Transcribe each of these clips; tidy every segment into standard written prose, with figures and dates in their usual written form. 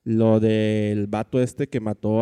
lo del vato este que mató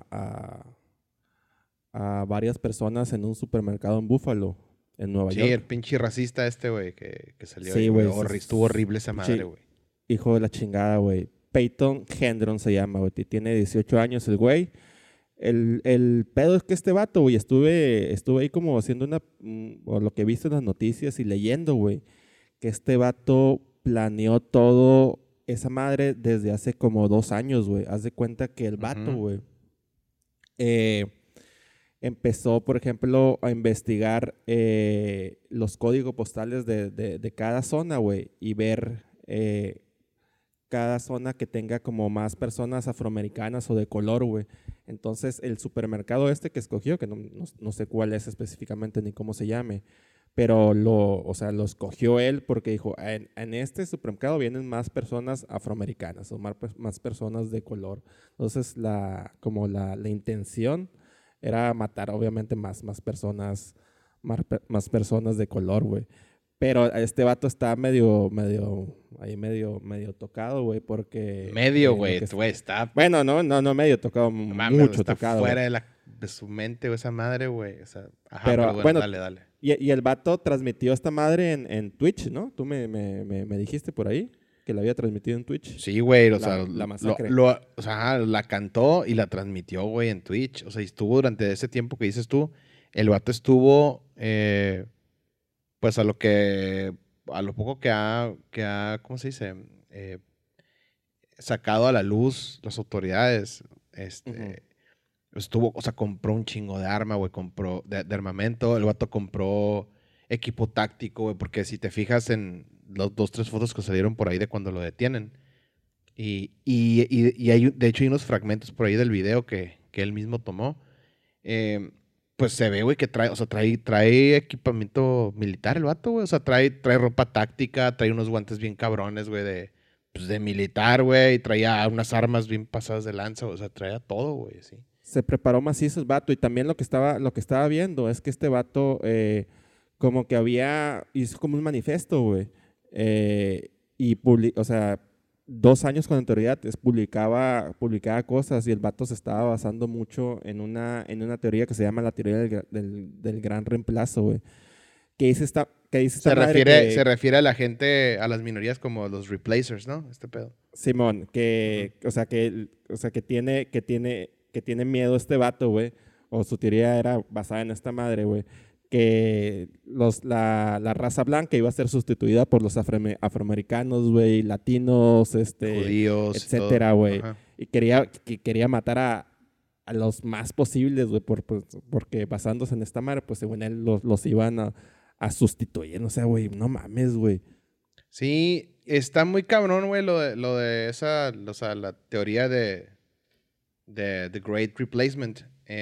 a varias personas en un supermercado en Buffalo, en Nueva Sí, el York. pinche racista güey, que salió ahí, Sí, güey. güey, Estuvo horrible esa madre, pinche güey. hijo de la chingada, güey. Peyton Hendron se llama, güey. Tiene 18 años el güey. El pedo es que este vato, güey, estuve ahí como haciendo o lo que he visto en las noticias y leyendo, güey, que este vato planeó todo esa madre desde hace como 2 años, güey. Haz de cuenta que el vato, Ujú. güey, eh, empezó, por ejemplo, a investigar los códigos postales de cada zona, güey, y ver cada zona que tenga como más personas afroamericanas o de color, güey. Entonces, el supermercado este que escogió, que no sé cuál es específicamente ni cómo se llame, pero o sea, lo escogió él porque dijo, en este supermercado vienen más personas afroamericanas o más personas de color. Entonces, como la intención era matar, obviamente, más personas de color, güey. Pero este vato está medio tocado, güey, porque Medio, lo güey. que es, Güey, está... bueno, no medio tocado, No mames, güey, mucho está tocado, güey. fuera de su mente, güey, esa madre, güey. O sea, ajá, Pero pero bueno, bueno, dale, dale. y el vato transmitió esta madre en Twitch, ¿no? Tú me dijiste por ahí que la había transmitido en Twitch, Sí, güey, o sea, la masacre. o sea, ajá, la cantó y la transmitió, güey, en Twitch. O sea, y estuvo durante ese tiempo que dices tú, el vato estuvo, pues a lo poco ¿cómo se dice? Eh, Sacado a la luz las autoridades, Ujú. estuvo, o sea, compró un chingo de arma, güey, compró de armamento, el vato compró equipo táctico, güey, porque si te fijas en los dos, tres fotos que salieron por ahí de cuando lo detienen, y de hecho hay unos fragmentos por ahí del video que él mismo tomó, eh, pues se ve, güey, que trae, o sea, trae equipamiento militar el vato, güey, o sea, trae ropa táctica, trae unos guantes bien cabrones, güey, pues de militar, güey, y traía unas armas bien pasadas de lanza, o sea, traía todo, güey, sí. Se preparó macizo el vato y también lo que estaba viendo es que este vato como que hizo como un manifiesto, güey. O sea, 2 años con autoridad, publicaba cosas y el vato se estaba basando mucho en una teoría que se llama la teoría del gran reemplazo, güey. Que dice esta madre Se que, refiere a la gente, a las minorías como los replacers, ¿no? Este pedo. Simón, Ujú. que tiene miedo este vato, güey, o su teoría era basada en esta madre, güey, que la raza blanca iba a ser sustituida por los afroamericanos, güey, latinos, Judíos y todo. etcétera, güey, Ajá. y quería matar a los más posibles, güey, porque basándose en esta madre, pues según él los iban a sustituir, no sé, güey, no mames, güey. Sí, está muy cabrón, güey, lo de esa, o sea, la teoría de The Great Replacement.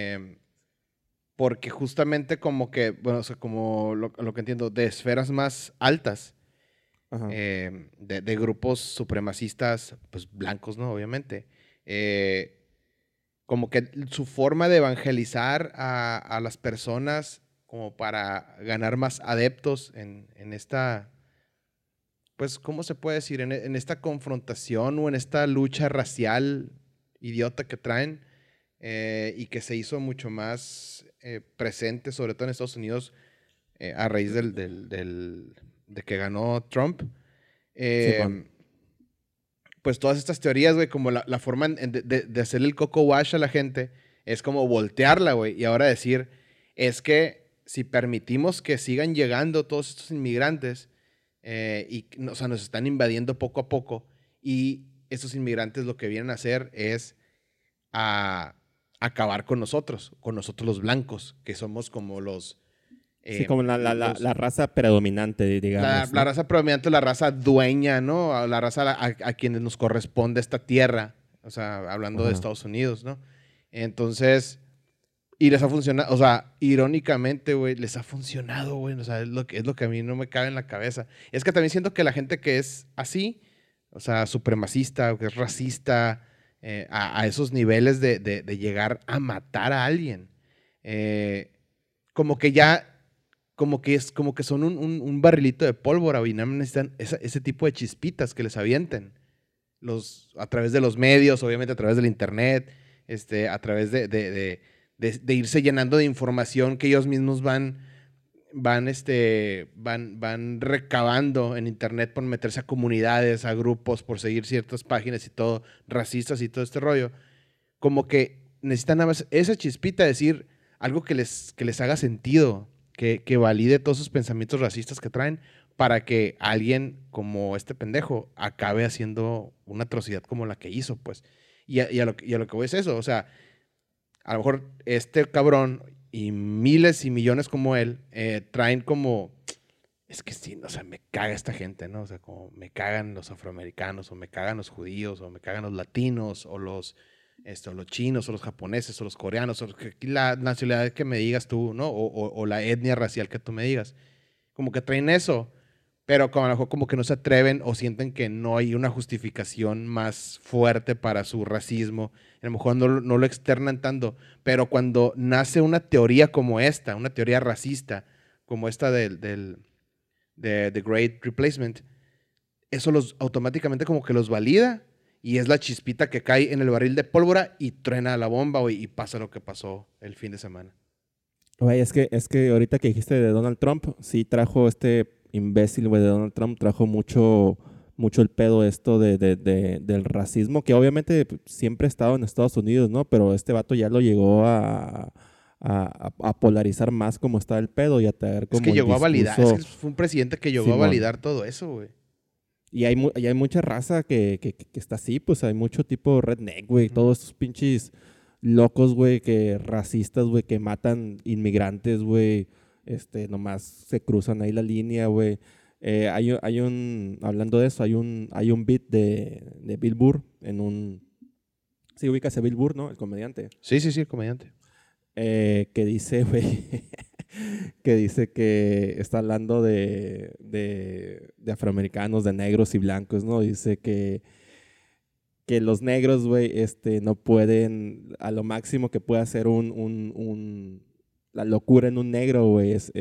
Porque justamente como que, bueno, o sea, como lo que entiendo, de esferas más altas, Ajá. de grupos supremacistas, pues blancos, ¿no? Obviamente. eh, Como que su forma de evangelizar a las personas como para ganar más adeptos en esta, pues, ¿cómo se puede decir? En esta confrontación o en esta lucha racial idiota que traen, y que se hizo mucho más presente, sobre todo en Estados Unidos, a raíz de que ganó Trump. Simón. Eh, pues todas estas teorías, güey, como la forma de hacerle el coco wash a la gente, es como voltearla, güey, y ahora decir, es que si permitimos que sigan llegando todos estos inmigrantes, o sea, nos están invadiendo poco a poco, y estos inmigrantes lo que vienen a hacer es a acabar con nosotros los blancos, que somos como Sí, como los la raza predominante, digamos, la ¿no? raza prominente, la raza dueña, ¿no? A la raza a quienes nos corresponde esta tierra, o sea, hablando de Ajá. Estados Unidos, ¿no? Entonces, y les ha funcionado, o sea, irónicamente, güey, les ha funcionado, güey, o sea, es lo que a mí no me cabe en la cabeza. Es que también siento que la gente que es así, o sea, supremacista, o que es racista, a esos niveles de llegar a matar a alguien, eh, como que ya como que son un barrilito de pólvora, güey, y nada más necesitan ese tipo de chispitas que les avienten. a través de los medios, obviamente a través del internet, a través de irse llenando de información que ellos mismos van recabando en internet por meterse a comunidades, a grupos, por seguir ciertas páginas y todo, racistas y todo este rollo. Como que necesitan nada más esa chispita de decir algo que les haga sentido, que valide todos esos pensamientos racistas que traen, para que alguien como este pendejo acabe haciendo una atrocidad como la que hizo, pues. Y a lo que voy es eso, o sea, a lo mejor este cabrón y miles y millones como él traen como, es que sí, o sea, me caga esta gente, ¿no? O sea, como me cagan los afroamericanos, o me cagan los judíos, o me cagan los latinos, o los chinos, o los japoneses, o los coreanos, o la nacionalidad que me digas tú, ¿no? O la etnia racial que tú me digas. Como que traen eso, pero a lo mejor como que no se atreven o sienten que no hay una justificación más fuerte para su racismo. A lo mejor no lo externan tanto, pero cuando nace una teoría como esta, una teoría racista, como esta de The Great Replacement, eso automáticamente como que los valida y es la chispita que cae en el barril de pólvora y truena la bomba y pasa lo que pasó el fin de semana. Güey, es que ahorita que dijiste de Donald Trump, sí trajo imbécil, güey, de Donald Trump, trajo mucho el pedo esto del racismo, que obviamente siempre ha estado en Estados Unidos, ¿no? Pero este vato ya lo llegó a polarizar más como está el pedo y a traer como es que llegó a validar, es que fue un presidente que llegó a validar todo eso, güey. Y hay mucha raza que está así, pues hay mucho tipo redneck, güey, todos estos pinches locos, güey, que racistas, güey, que matan inmigrantes, güey, nomás se cruzan ahí la línea, güey. Hablando de eso, hay un beat de Bill Burr sí ubicas a Bill Burr, ¿no? El comediante. Sí, el comediante. Que dice, güey, que está hablando de afroamericanos, de negros y blancos, ¿no? Dice que los negros, güey, no pueden, a lo máximo que puede hacer la locura en un negro, güey, es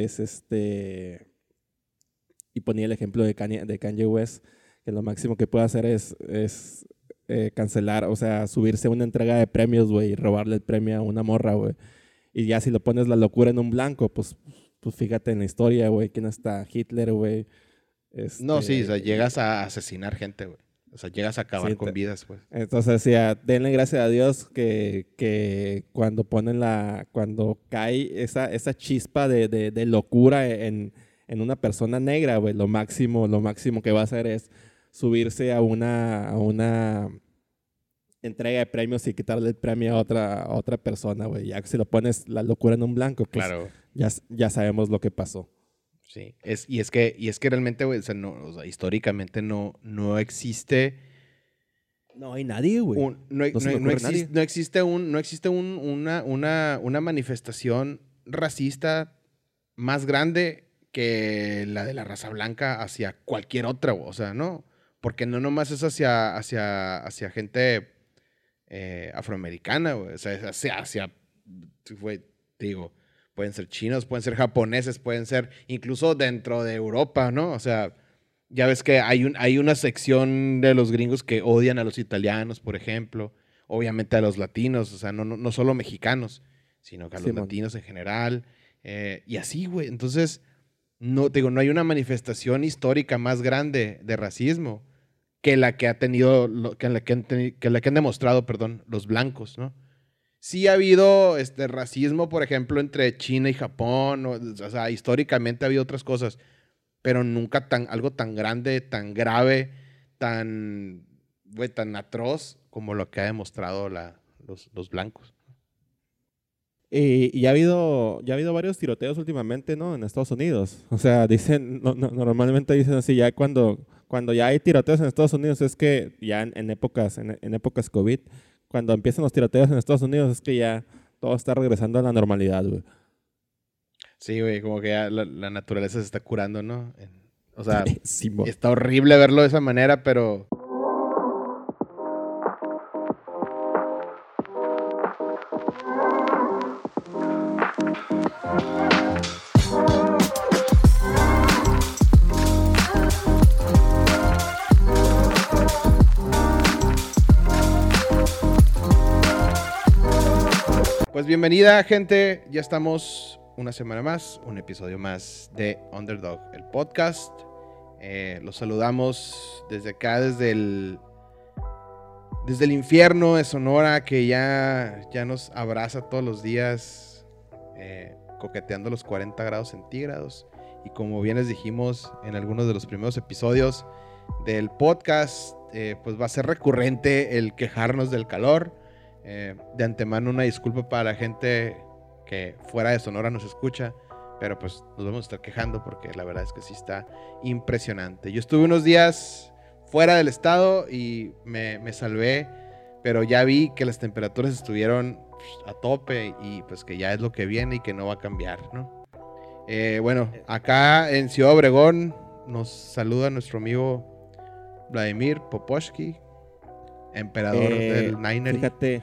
y ponía el ejemplo de Kanye West, que lo máximo que puede hacer es cancelar, o sea, subirse a una entrega de premios, güey, y robarle el premio a una morra, güey. Y ya si lo pones la locura en un blanco, pues fíjate en la historia, güey, quién está Hitler, güey. No, sí, o sea, llegas a asesinar gente, güey. O sea, llegas a acabar con vidas, pues. Entonces, ya, denle gracias a Dios que cuando cuando cae esa chispa de locura en una persona negra, güey, lo máximo que va a hacer es subirse a una entrega de premios y quitarle el premio a otra persona, güey. Ya que si lo pones la locura en un blanco, pues claro, ya sabemos lo que pasó. Sí, y es que realmente, güey, o sea, históricamente no existe. No hay nadie, güey. No existe una manifestación racista más grande que la de la raza blanca hacia cualquier otra, o sea, ¿no? Porque no nomás es hacia gente afroamericana, güey. O sea, es hacia güey, te digo, pueden ser chinos, pueden ser japoneses, pueden ser incluso dentro de Europa, ¿no? O sea, ya ves que hay una sección de los gringos que odian a los italianos, por ejemplo, obviamente a los latinos, o sea, no solo mexicanos, sino que a los latinos en general, y así, güey. Entonces, no hay una manifestación histórica más grande de racismo que la que han demostrado, perdón, los blancos, ¿no? Sí ha habido racismo, por ejemplo, entre China y Japón, o sea, históricamente ha habido otras cosas, pero nunca algo tan grande, tan grave, tan atroz como lo que ha demostrado los blancos. Y ya ha habido varios tiroteos últimamente, ¿no? En Estados Unidos. O sea, normalmente dicen así, ya cuando ya hay tiroteos en Estados Unidos es que ya en épocas COVID, cuando empiezan los tiroteos en Estados Unidos es que ya todo está regresando a la normalidad, güey. Sí, güey, como que ya la naturaleza se está curando, ¿no? O sea, sí, está horrible verlo de esa manera, pero... Pues bienvenida, gente. Ya estamos una semana más, un episodio más de Underdog, el podcast. Los saludamos desde acá, desde el infierno de Sonora, que ya nos abraza todos los días, coqueteando los 40 grados centígrados. Y como bien les dijimos en algunos de los primeros episodios del podcast, pues va a ser recurrente el quejarnos del calor. De antemano una disculpa para la gente que fuera de Sonora nos escucha, pero pues nos vamos a estar quejando porque la verdad es que sí está impresionante. Yo estuve unos días fuera del estado y me salvé, pero ya vi que las temperaturas estuvieron a tope y pues que ya es lo que viene y que no va a cambiar, ¿no? Bueno, acá en Ciudad Obregón nos saluda nuestro amigo Vladimir Poposhki, emperador del Niner.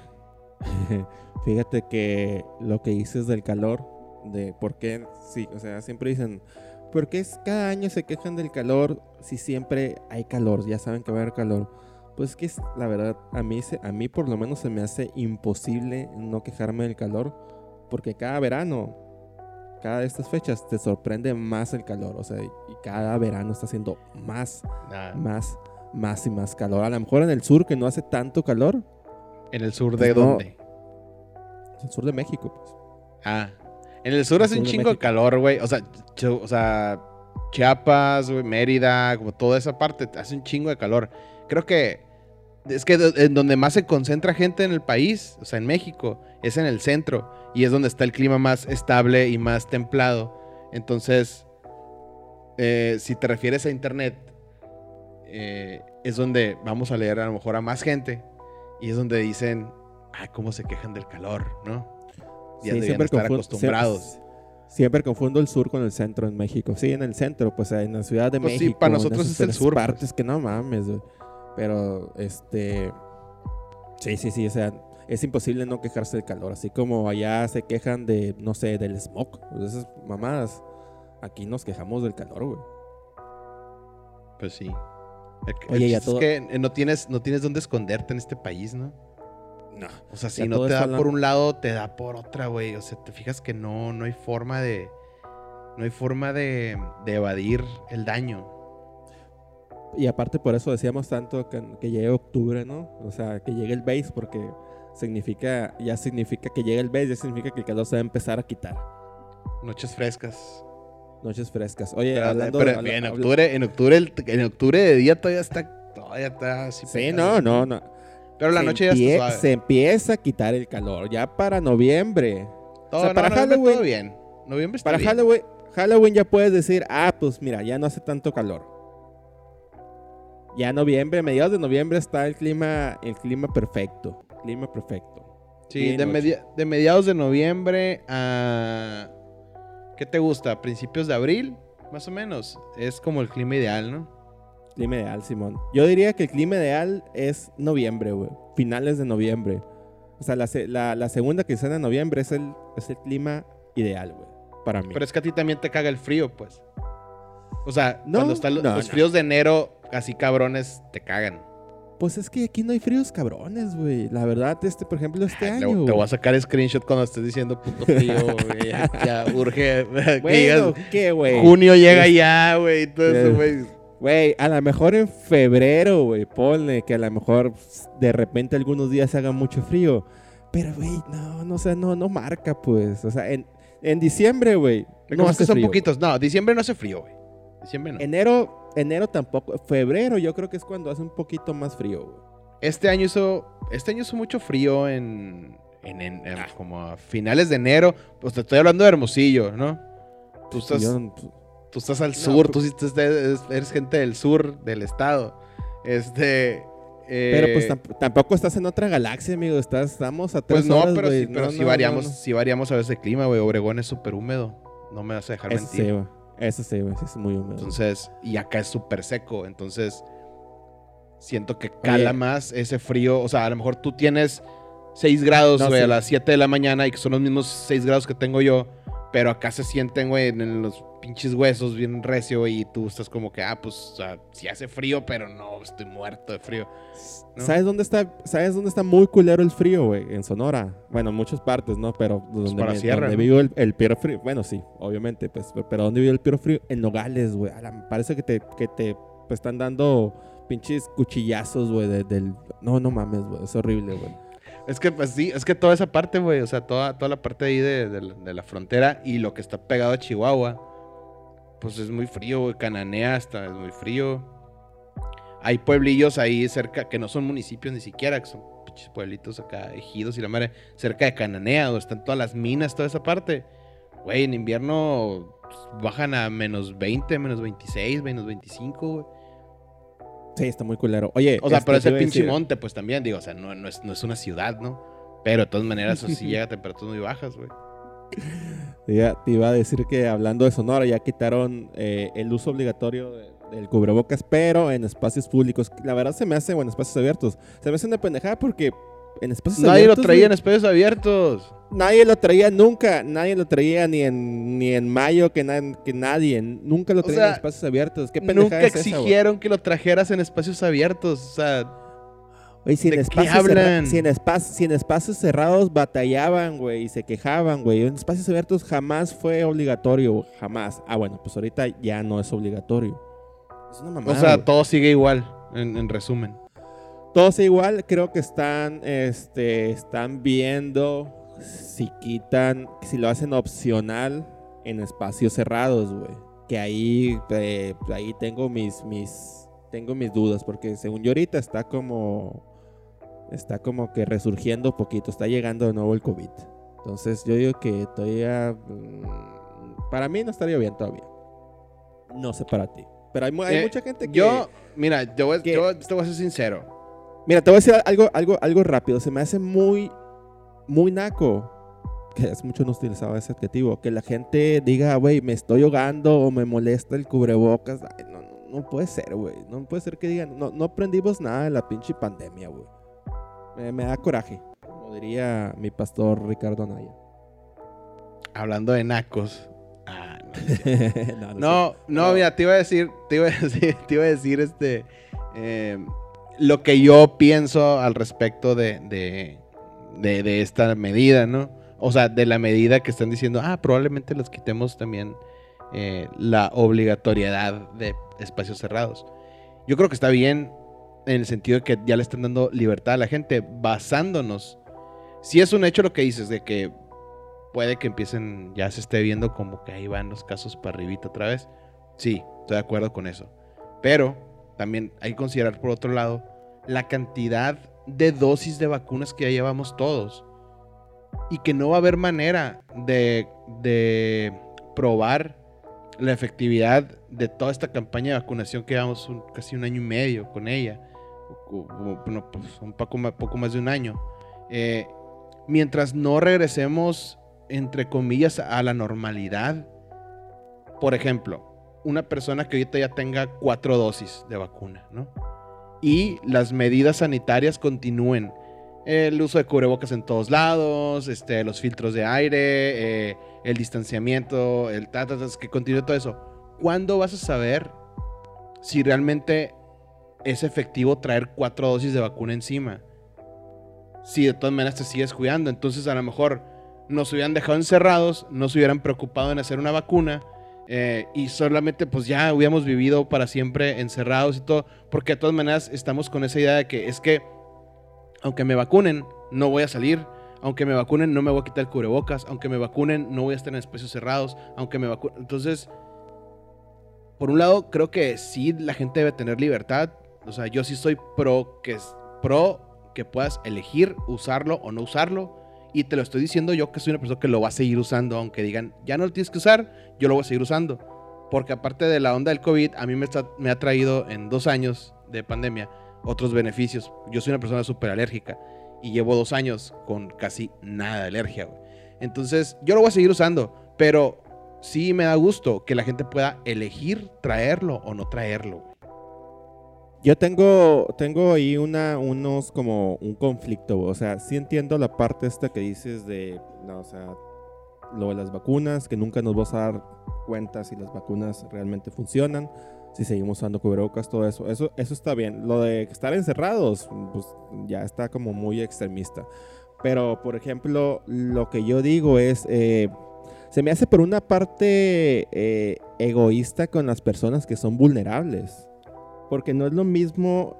Fíjate que lo que dices del calor, de por qué, sí, o sea, siempre dicen, ¿por qué cada año se quejan del calor si siempre hay calor? Ya saben que va a haber calor. Pues que la verdad, a mí por lo menos se me hace imposible no quejarme del calor, porque cada verano, cada de estas fechas, te sorprende más el calor, o sea, y cada verano está haciendo más y más calor. A lo mejor en el sur, que no hace tanto calor. ¿En el sur de dónde? En el sur de México, pues. En el sur hace un chingo de calor, güey. O sea, Chiapas, güey, Mérida, como toda esa parte, hace un chingo de calor. Creo que es que en donde más se concentra gente en el país, o sea, en México, es en el centro. Y es donde está el clima más estable y más templado. Entonces, si te refieres a internet, es donde vamos a leer a lo mejor a más gente. Y es donde dicen, cómo se quejan del calor, ¿no? Ya sí, debían estar acostumbrados. Siempre confundo el sur con el centro en México. Sí, en el centro, pues en la Ciudad de México. Sí, para nosotros es el sur. Partes pues. Que no mames, güey. Pero, sí, o sea, es imposible no quejarse del calor. Así como allá se quejan de, no sé, del smog, pues esas mamadas. Aquí nos quejamos del calor, güey. Pues sí. Oye, es que no tienes dónde esconderte en este país, ¿no? No. O sea, si no te da por un lado, te da por otra, güey. O sea, te fijas que no hay forma de evadir el daño. Y aparte por eso decíamos tanto que llegue octubre, ¿no? O sea, que llegue el base, porque significa que llegue el base, ya significa que el calor se va a empezar a quitar. Noches frescas. Oye, pero en octubre de día todavía está así. Sí, no. Pero la noche ya está suave. Se empieza a quitar el calor. Ya para noviembre. Para Halloween todo bien. Noviembre está para bien. Halloween ya puedes decir, pues mira, ya no hace tanto calor. Ya mediados de noviembre está el clima perfecto. Clima perfecto. Sí, de mediados de noviembre a... ¿Qué te gusta? ¿Principios de abril? Más o menos. Es como el clima ideal, ¿no? Clima ideal, Simón. Yo diría que el clima ideal es noviembre, güey. Finales de noviembre. O sea, la segunda quincena de noviembre es el clima ideal, güey. Para mí. Pero es que a ti también te caga el frío, pues. O sea, cuando están los fríos de enero, así cabrones, te cagan. Pues es que aquí no hay fríos cabrones, güey. La verdad, por ejemplo, año. Te voy a sacar screenshot cuando estés diciendo puto frío, güey. Ya urge. Bueno, ¿qué, güey? Junio llega ya, güey. Todo eso, güey. Güey, a lo mejor en febrero, güey, ponle que a lo mejor de repente algunos días se haga mucho frío. Pero, güey, no marca, pues. O sea, en diciembre, güey, no hace frío. Son poquitos. No, diciembre no hace frío, güey. Diciembre no. Enero tampoco. Febrero yo creo que es cuando hace un poquito más frío, güey. Este año hizo mucho frío en como a finales de enero. Pues te estoy hablando de Hermosillo, ¿no? Tú estás al sur, tú sí eres gente del sur del estado. Pero pues tampoco estás en otra galaxia, amigo. Estamos a 3 pues no, horas, pero güey. Sí variamos a veces de clima, güey. Obregón es súper húmedo. No me vas a dejar mentir. Sí, güey. Eso sí, güey. Sí, es muy húmedo. Entonces, y acá es súper seco. Entonces, siento que cala más ese frío. O sea, a lo mejor tú tienes 6 grados, güey, a las 7 de la mañana y que son los mismos 6 grados que tengo yo. pero acá se sienten, güey, en los pinches huesos bien recio, güey, y tú estás como que, pues, o sea, sí hace frío, pero no, estoy muerto de frío, ¿no? ¿Sabes dónde está muy culero el frío, güey? En Sonora. Bueno, en muchas partes, ¿no? Pero para sierra, donde ¿no? vivo el peor frío. Bueno, sí, obviamente, pues. Pero ¿dónde vivo el peor frío? En Nogales, güey. Parece que te pues, están dando pinches cuchillazos, güey, No mames, güey. Es horrible, güey. Es que, pues sí, es que toda esa parte, güey, o sea, toda la parte ahí de la frontera y lo que está pegado a Chihuahua, pues es muy frío, güey. Cananea hasta es muy frío. Hay pueblillos ahí cerca, que no son municipios ni siquiera, que son pinches pueblitos acá, ejidos y la madre, cerca de Cananea, donde están todas las minas, toda esa parte. Güey, en invierno pues, bajan a menos 20, menos 26, menos 25, güey. Sí, está muy culero. Oye, O sea, pero ese te iba a pinche decir- monte, pues también, digo, o sea, no es una ciudad, ¿no? Pero de todas maneras, eso sí llega a temperaturas muy bajas, güey. Te iba a decir que hablando de Sonora, ya quitaron el uso obligatorio del cubrebocas, pero en espacios públicos. La verdad se me hace, o en espacios abiertos, se me hace una pendejada porque en espacios Nadie abiertos... lo traía en güey, espacios abiertos. nadie lo traía nunca, nadie lo traía ni en mayo, que nadie, nunca lo O traía sea, en espacios abiertos. ¿Qué pendejada Nunca es esa, güey? exigieron que lo trajeras en espacios abiertos. O sea, Oye, si en ¿de qué espacios hablan? si en espacios cerrados batallaban, güey, y se quejaban, güey. En espacios abiertos jamás fue obligatorio, jamás. Ah, bueno, pues ahorita ya no es obligatorio. Es una mamada, O sea, güey. todo sigue igual, en resumen. Todo es igual, creo que están viendo si si lo hacen opcional en espacios cerrados, güey. Que ahí tengo tengo mis dudas, porque según yo ahorita está como que resurgiendo un poquito, está llegando de nuevo el COVID. Entonces yo digo que todavía, para mí no estaría bien todavía. No sé para ti. Pero hay mucha gente que... Mira, yo que- te voy a ser sincero. Mira, te voy a decir algo rápido. Se me hace muy, muy naco, que hace mucho no utilizaba ese adjetivo, que la gente diga, güey, me estoy ahogando o me molesta el cubrebocas. Ay, no puede ser, güey. No puede ser que digan, no aprendimos nada de la pinche pandemia, güey. Me da coraje, como diría mi pastor Ricardo Anaya. Hablando de nacos. No, No, No. mira, te iba a decir, lo que yo pienso al respecto de esta medida, ¿no? O sea, de la medida que están diciendo, probablemente les quitemos también la obligatoriedad de espacios cerrados. Yo creo que está bien en el sentido de que ya le están dando libertad a la gente, basándonos. Si es un hecho lo que dices, de que puede que empiecen, ya se esté viendo como que ahí van los casos para arribita otra vez. Sí, estoy de acuerdo con eso. Pero también hay que considerar por otro lado la cantidad de dosis de vacunas que ya llevamos todos. Y que no va a haber manera de probar la efectividad de toda esta campaña de vacunación que llevamos casi un año y medio con ella. Bueno, pues un poco más de un año. Mientras no regresemos, entre comillas, a la normalidad. Por ejemplo, una persona que ahorita ya tenga 4 dosis de vacuna, ¿no? Y las medidas sanitarias continúen. El uso de cubrebocas en todos lados, los filtros de aire, el distanciamiento, que continúe todo eso. ¿Cuándo vas a saber si realmente es efectivo traer 4 dosis de vacuna encima? Si de todas maneras te sigues cuidando. Entonces a lo mejor nos hubieran dejado encerrados, no se hubieran preocupado en hacer una vacuna y solamente pues ya hubiéramos vivido para siempre encerrados y todo, porque de todas maneras estamos con esa idea de que es que aunque me vacunen no voy a salir, aunque me vacunen no me voy a quitar el cubrebocas, aunque me vacunen no voy a estar en espacios cerrados, aunque me vacunen. Entonces, por un lado creo que sí la gente debe tener libertad. O sea, yo sí soy pro que puedas elegir usarlo o no usarlo. Y te lo estoy diciendo yo, que soy una persona que lo va a seguir usando, aunque digan, ya no lo tienes que usar, yo lo voy a seguir usando. Porque aparte de la onda del COVID, a mí me ha traído en 2 años de pandemia otros beneficios. Yo soy una persona súper alérgica y llevo 2 años con casi nada de alergia, güey. Entonces, yo lo voy a seguir usando, pero sí me da gusto que la gente pueda elegir traerlo o no traerlo, güey. Yo tengo ahí unos como un conflicto, güey. O sea, sí entiendo la parte esta que dices de, no, o sea, lo de las vacunas, que nunca nos vamos a dar cuenta si las vacunas realmente funcionan, si seguimos usando cubrebocas, todo eso. Eso está bien. Lo de estar encerrados, pues ya está como muy extremista. Pero, por ejemplo, lo que yo digo es, se me hace por una parte egoísta con las personas que son vulnerables. Porque no es lo mismo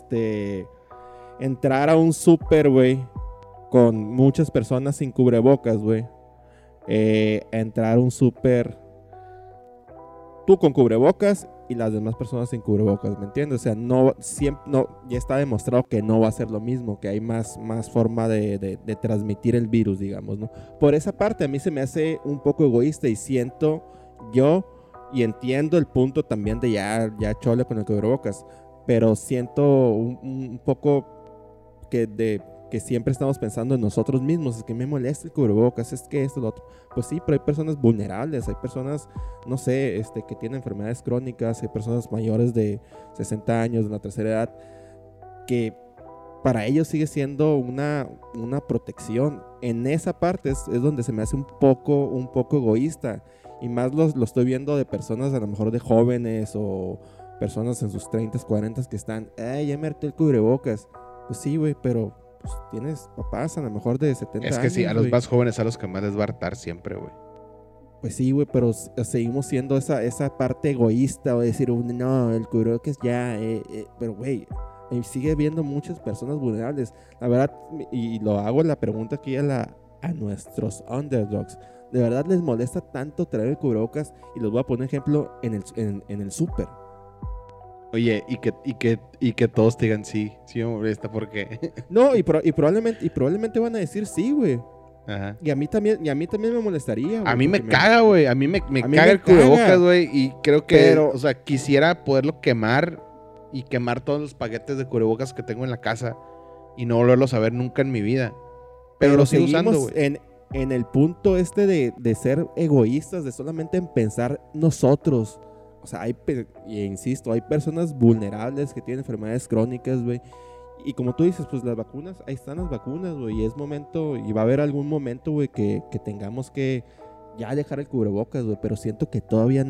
entrar a un súper, güey, con muchas personas sin cubrebocas, güey. Entrar a un súper tú con cubrebocas y las demás personas sin cubrebocas, ¿me entiendes? O sea, ya está demostrado que no va a ser lo mismo, que hay más forma de transmitir el virus, digamos, ¿no? Por esa parte a mí se me hace un poco egoísta y siento yo y entiendo el punto también de ya chole con el cubrebocas, pero siento un poco que siempre estamos pensando en nosotros mismos, es que me molesta el cubrebocas, es que esto, lo otro. Pues sí, pero hay personas vulnerables, hay personas, no sé, que tienen enfermedades crónicas, hay personas mayores de 60 años, de la tercera edad, que para ellos sigue siendo una protección. En esa parte es donde se me hace un poco egoísta, y más lo estoy viendo de personas a lo mejor de jóvenes o personas en sus 30, 40 que están, ya me harté el cubrebocas. Pues sí, güey, pero pues tienes papás a lo mejor de 70 años. Es que sí, a los más jóvenes a los que más les va a hartar siempre, güey. Pues sí, güey, pero seguimos siendo esa parte egoísta o decir, no, el cubrebocas ya, pero güey, sigue habiendo muchas personas vulnerables. La verdad, y lo hago la pregunta aquí a nuestros underdogs. ¿De verdad les molesta tanto traer el cubrebocas? Y les voy a poner ejemplo en el súper. Oye, y que todos te digan sí me molesta, ¿por qué? No, y probablemente van a decir sí, güey. Ajá. Y a mí también me molestaría, güey. A mí me caga, güey. A mí me caga el cubrebocas, güey. Y creo que, o sea, quisiera poderlo quemar y quemar todos los paquetes de cubrebocas que tengo en la casa y no volverlos a ver nunca en mi vida. Pero lo sigo usando, güey. En el punto de ser egoístas, de solamente en pensar nosotros. O sea, insisto, hay personas vulnerables que tienen enfermedades crónicas, güey. Y como tú dices, pues las vacunas, ahí están las vacunas, güey. Y es momento, y va a haber algún momento, güey, que tengamos que ya dejar el cubrebocas, güey. Pero siento que todavía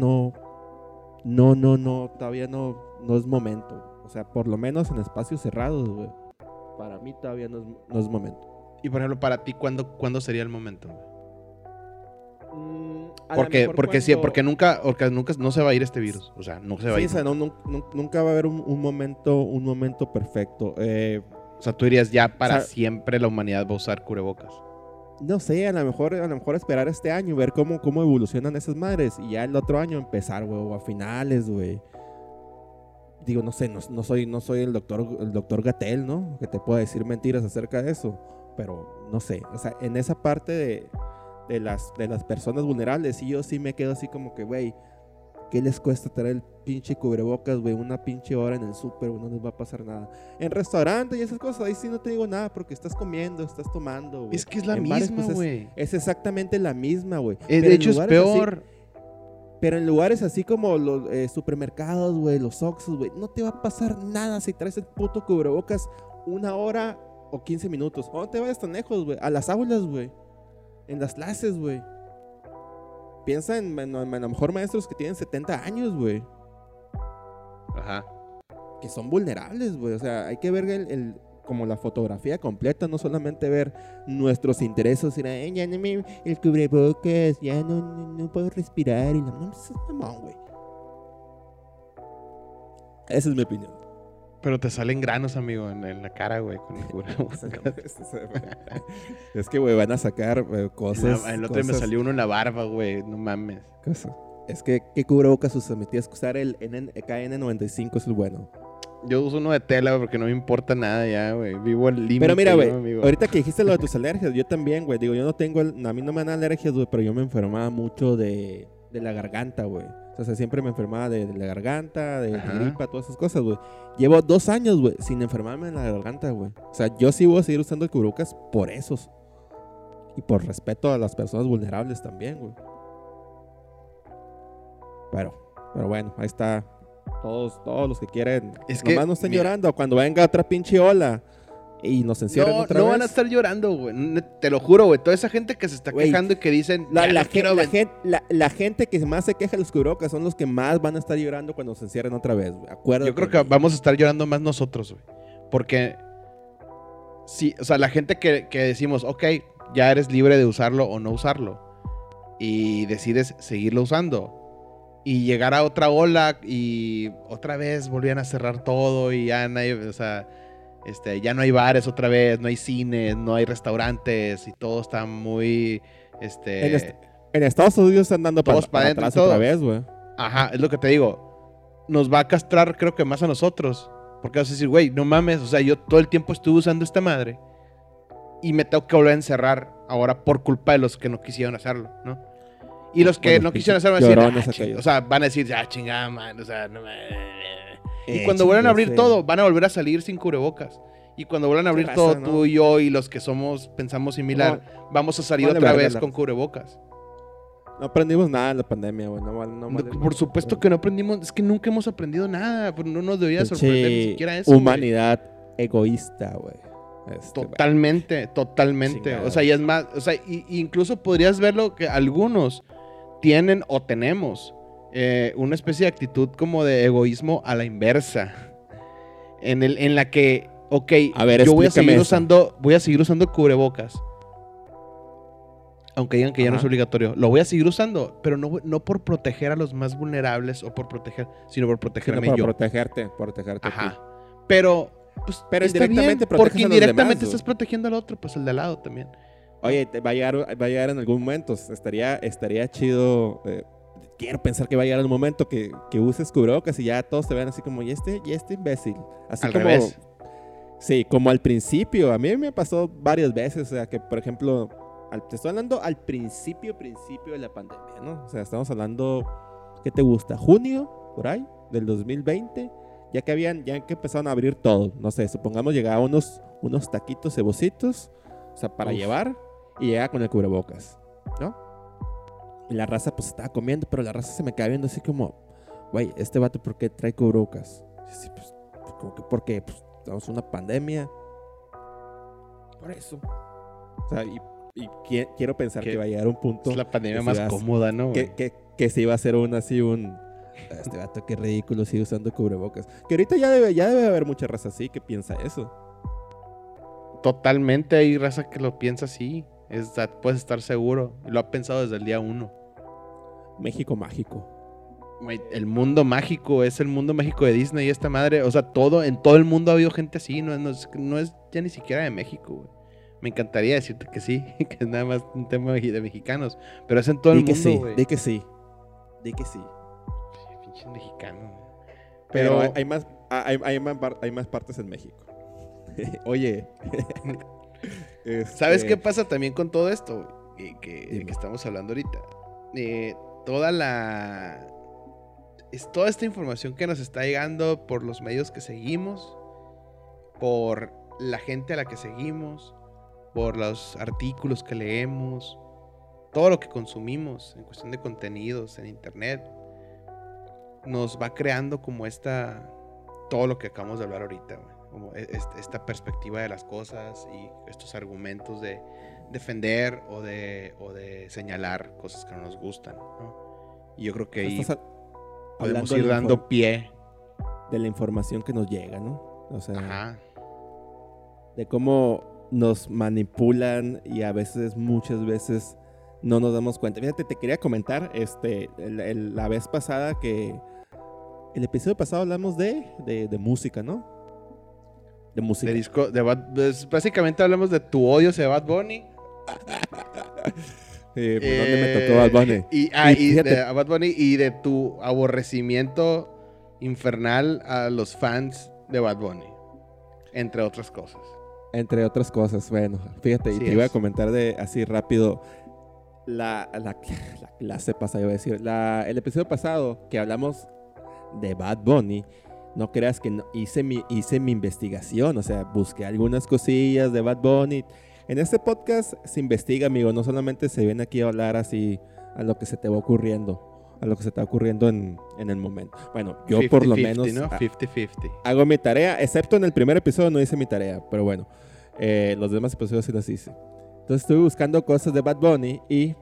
todavía no es momento. O sea, por lo menos en espacios cerrados, güey. Para mí todavía no es momento. Y por ejemplo, para ti, ¿cuándo sería el momento, güey? Porque nunca no se va a ir este virus. O sea, no se va a ir. O sea, nunca va a haber un momento perfecto. O sea, tú dirías ya para siempre la humanidad va a usar cubrebocas. No sé, a lo mejor esperar este año, ver cómo evolucionan esas madres y ya el otro año empezar, güey, o a finales, güey. Digo, no sé, no soy el doctor Gatell, ¿no? Que te pueda decir mentiras acerca de eso, pero no sé, o sea, en esa parte de las personas vulnerables, y yo sí me quedo así como que, güey, ¿qué les cuesta traer el pinche cubrebocas, güey? Una pinche hora en el súper, no les va a pasar nada. En restaurante y esas cosas, ahí sí no te digo nada porque estás comiendo, estás tomando, güey. Es que es la misma, güey. Es exactamente la misma, güey. De hecho, es peor. Pero en lugares así como los supermercados, güey, los Oxxos, güey, no te va a pasar nada si traes el puto cubrebocas 1 hora o 15 minutos. O no te vayas tan lejos, güey. A las aulas, güey. En las clases, güey. Piensa en a lo mejor maestros que tienen 70 años, güey. Ajá. Que son vulnerables, güey. O sea, hay que ver como la fotografía completa, no solamente ver nuestros intereses. Y ya no el cubrebocas, ya no puedo respirar. Y no es mamón, güey. Esa es mi opinión. Pero te salen granos, amigo, en la cara, güey, con el cubrebocas. Es que, güey, van a sacar cosas. El otro día me salió uno en la barba, güey, no mames. Es que, ¿qué cubrebocas usas? Me tienes que usar el KN95, es el bueno. Yo uso uno de tela, güey, porque no me importa nada ya, güey. Vivo al límite. Pero mira, güey, ahorita que dijiste lo de tus alergias, yo también, güey. Digo, yo no tengo, a mí no me dan alergias, güey, pero yo me enfermaba mucho de la garganta, güey. O sea, siempre me enfermaba de la garganta, de gripa, todas esas cosas, güey. Llevo 2 años, güey, sin enfermarme en la garganta, güey. O sea, yo sí voy a seguir usando el cubrebocas por esos. Y por respeto a las personas vulnerables también, güey. Pero bueno, ahí está. Todos los que quieren. Nomás no estén llorando. Cuando venga otra pinche ola y nos encierran otra No vez. van a estar llorando, güey. Te lo juro, güey. Toda esa gente que se está Güey, quejando y que dicen... La gente que más se queja de los cubrebocas son los que más van a estar llorando cuando se encierren otra vez, güey. Acuérdate. Yo creo que vamos a estar llorando más nosotros, güey. Porque... Sí, o sea, la gente que decimos, ok, ya eres libre de usarlo o no usarlo. Y decides seguirlo usando. Y llegar a otra ola y otra vez volvían a cerrar todo y ya nadie, o sea, ya no hay bares otra vez, no hay cines, no hay restaurantes y todo está muy, En Estados Unidos están dando todos para adentro y atrás otra todos. vez, güey. Ajá, es lo que te digo. Nos va a castrar, creo que más a nosotros. Porque vas a decir, güey, no mames, o sea, yo todo el tiempo estuve usando esta madre y me tengo que volver a encerrar ahora por culpa de los que no quisieron hacerlo, ¿no? Y los que Bueno, no quisieron hacerlo van a decir, o sea, van a decir, chingada, man, o sea, no me... Y cuando vuelvan a abrir todo, van a volver a salir sin cubrebocas. Y cuando vuelvan a abrir todo, ¿no? tú y yo y los que pensamos similar, vamos a salir otra vez con cubrebocas. No aprendimos nada en la pandemia, güey. Por supuesto que no aprendimos, es que nunca hemos aprendido nada, pero no nos debería sorprender ni siquiera eso. Humanidad egoísta, güey. Totalmente. Chingada. O sea, y es más, o sea, incluso podrías verlo que algunos tienen o tenemos una especie de actitud como de egoísmo a la inversa. En la que, ok, a ver, yo voy a seguir usando cubrebocas. Aunque digan que ya no es obligatorio. Lo voy a seguir usando, pero no por proteger a los más vulnerables o sino por protegerme yo. Protegerte. Ajá. Pero, pues, pero está indirectamente bien, porque indirectamente demás, estás protegiendo al otro, pues el de al lado también. Oye, va a llegar en algún momento. Estaría chido. Quiero pensar que va a llegar un momento que uses cubrebocas y ya todos te vean así como, ¿y este imbécil? Así al como. Revés. Sí, como al principio. A mí me pasó varias veces. O sea, que por ejemplo, te estoy hablando al principio de la pandemia, ¿no? O sea, estamos hablando, ¿qué te gusta? ¿Junio? Por ahí, del 2020. Ya que empezaron a abrir todo. No sé, supongamos llegaban unos taquitos cebositos, o sea, para llevar, y llegaba con el cubrebocas, ¿no? Y la raza pues estaba comiendo, pero la raza se me queda viendo así como, güey, este vato, ¿por qué trae cubrebocas? Y así, pues, como que porque pues, estamos en una pandemia. Por eso. O sea, y quiero pensar que va a llegar un punto. Es la pandemia más cómoda, ¿no? Que se iba a hacer este vato, qué ridículo, sigue usando cubrebocas. Que ahorita ya debe haber mucha raza así que piensa eso. Totalmente hay raza que lo piensa así. Puedes estar seguro. Lo ha pensado desde el día 1. México mágico. El mundo mágico es el mundo mágico de Disney y esta madre. O sea, en todo el mundo ha habido gente así. No es ya ni siquiera de México, güey. Me encantaría decirte que sí, que es nada más un tema de mexicanos. Pero es en todo el mundo, güey. Di que sí. Pinche mexicano. Pero hay más partes en México. Oye. ¿Sabes qué pasa también con todo esto que estamos hablando ahorita? Toda esta información que nos está llegando por los medios que seguimos, por la gente a la que seguimos, por los artículos que leemos, todo lo que consumimos en cuestión de contenidos en internet, nos va creando como todo lo que acabamos de hablar ahorita, güey. Como esta perspectiva de las cosas y estos argumentos de defender o de señalar cosas que no nos gustan, ¿no? Y yo creo que ahí podemos ir dando pie de la información que nos llega, ¿no? O sea, ajá, de cómo nos manipulan y muchas veces no nos damos cuenta. Fíjate, te quería comentar la vez pasada que el episodio pasado hablamos de música, ¿no? De música. De disco, básicamente hablamos de tu odio hacia Bad Bunny. ¿Dónde me tocó Bad Bunny? Y de Bad Bunny y de tu aborrecimiento infernal a los fans de Bad Bunny. Entre otras cosas. Entre otras cosas, bueno, fíjate, y te iba a comentar así rápido la clase pasada, iba a decir, el episodio pasado que hablamos de Bad Bunny. No creas que no, hice mi investigación, o sea, busqué algunas cosillas de Bad Bunny. En este podcast se investiga, amigo, no solamente se viene aquí a hablar así a lo que se te va ocurriendo, en el momento. Bueno, yo 50, por lo menos 50, ¿no? 50-50. hago mi tarea, excepto en el primer episodio no hice mi tarea, pero bueno. Los demás episodios sí los hice. Entonces estuve buscando cosas de Bad Bunny y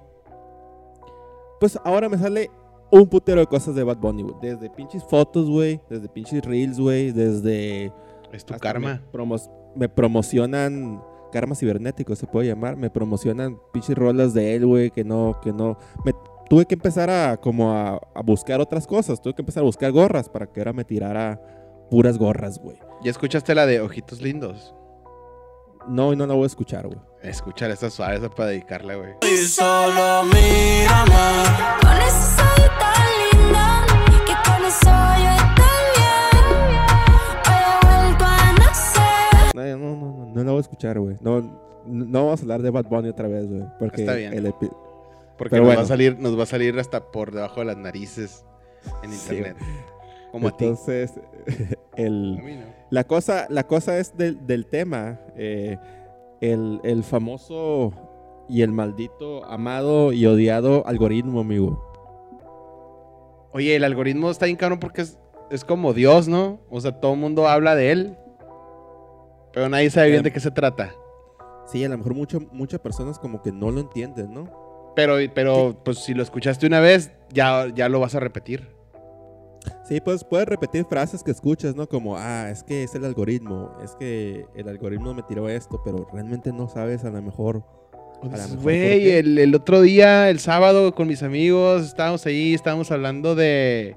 pues ahora me sale un putero de cosas de Bad Bunny, güey. Desde pinches fotos, güey. Desde pinches reels, güey. Desde... Es tu karma. Me promocionan... Karma cibernético se puede llamar. Me promocionan pinches rolas de él, güey. Que no... Tuve que empezar a buscar otras cosas. Tuve que empezar a buscar gorras para que ahora me tirara puras gorras, güey. ¿Ya escuchaste la de Ojitos Lindos? No, y no la voy a escuchar, güey. Escúchala, está suave, esa para dedicarla, güey. Y solo mírame. Con ese soy tan linda que con eso yo estoy bien. Hoy he vuelto a nacer. No la voy a escuchar, güey. No vamos a hablar de Bad Bunny otra vez, güey. Porque está bien. Porque Pero nos bueno. va a salir hasta por debajo de las narices en internet. Sí. Como Entonces, a ti. A mí no. la cosa es del tema. El famoso y el maldito amado y odiado algoritmo, amigo. Oye, el algoritmo está bien cabrón porque es como Dios, ¿no? O sea, todo el mundo habla de él, pero nadie sabe bien de qué se trata. Sí, a lo mejor muchas personas como que no lo entienden, ¿no? Pero pues si lo escuchaste una vez, ya lo vas a repetir. Sí, pues puedes repetir frases que escuchas, ¿no? Como, es que es el algoritmo, es que el algoritmo me tiró esto, pero realmente no sabes a lo mejor. Güey, el otro día, el sábado, con mis amigos, estábamos hablando de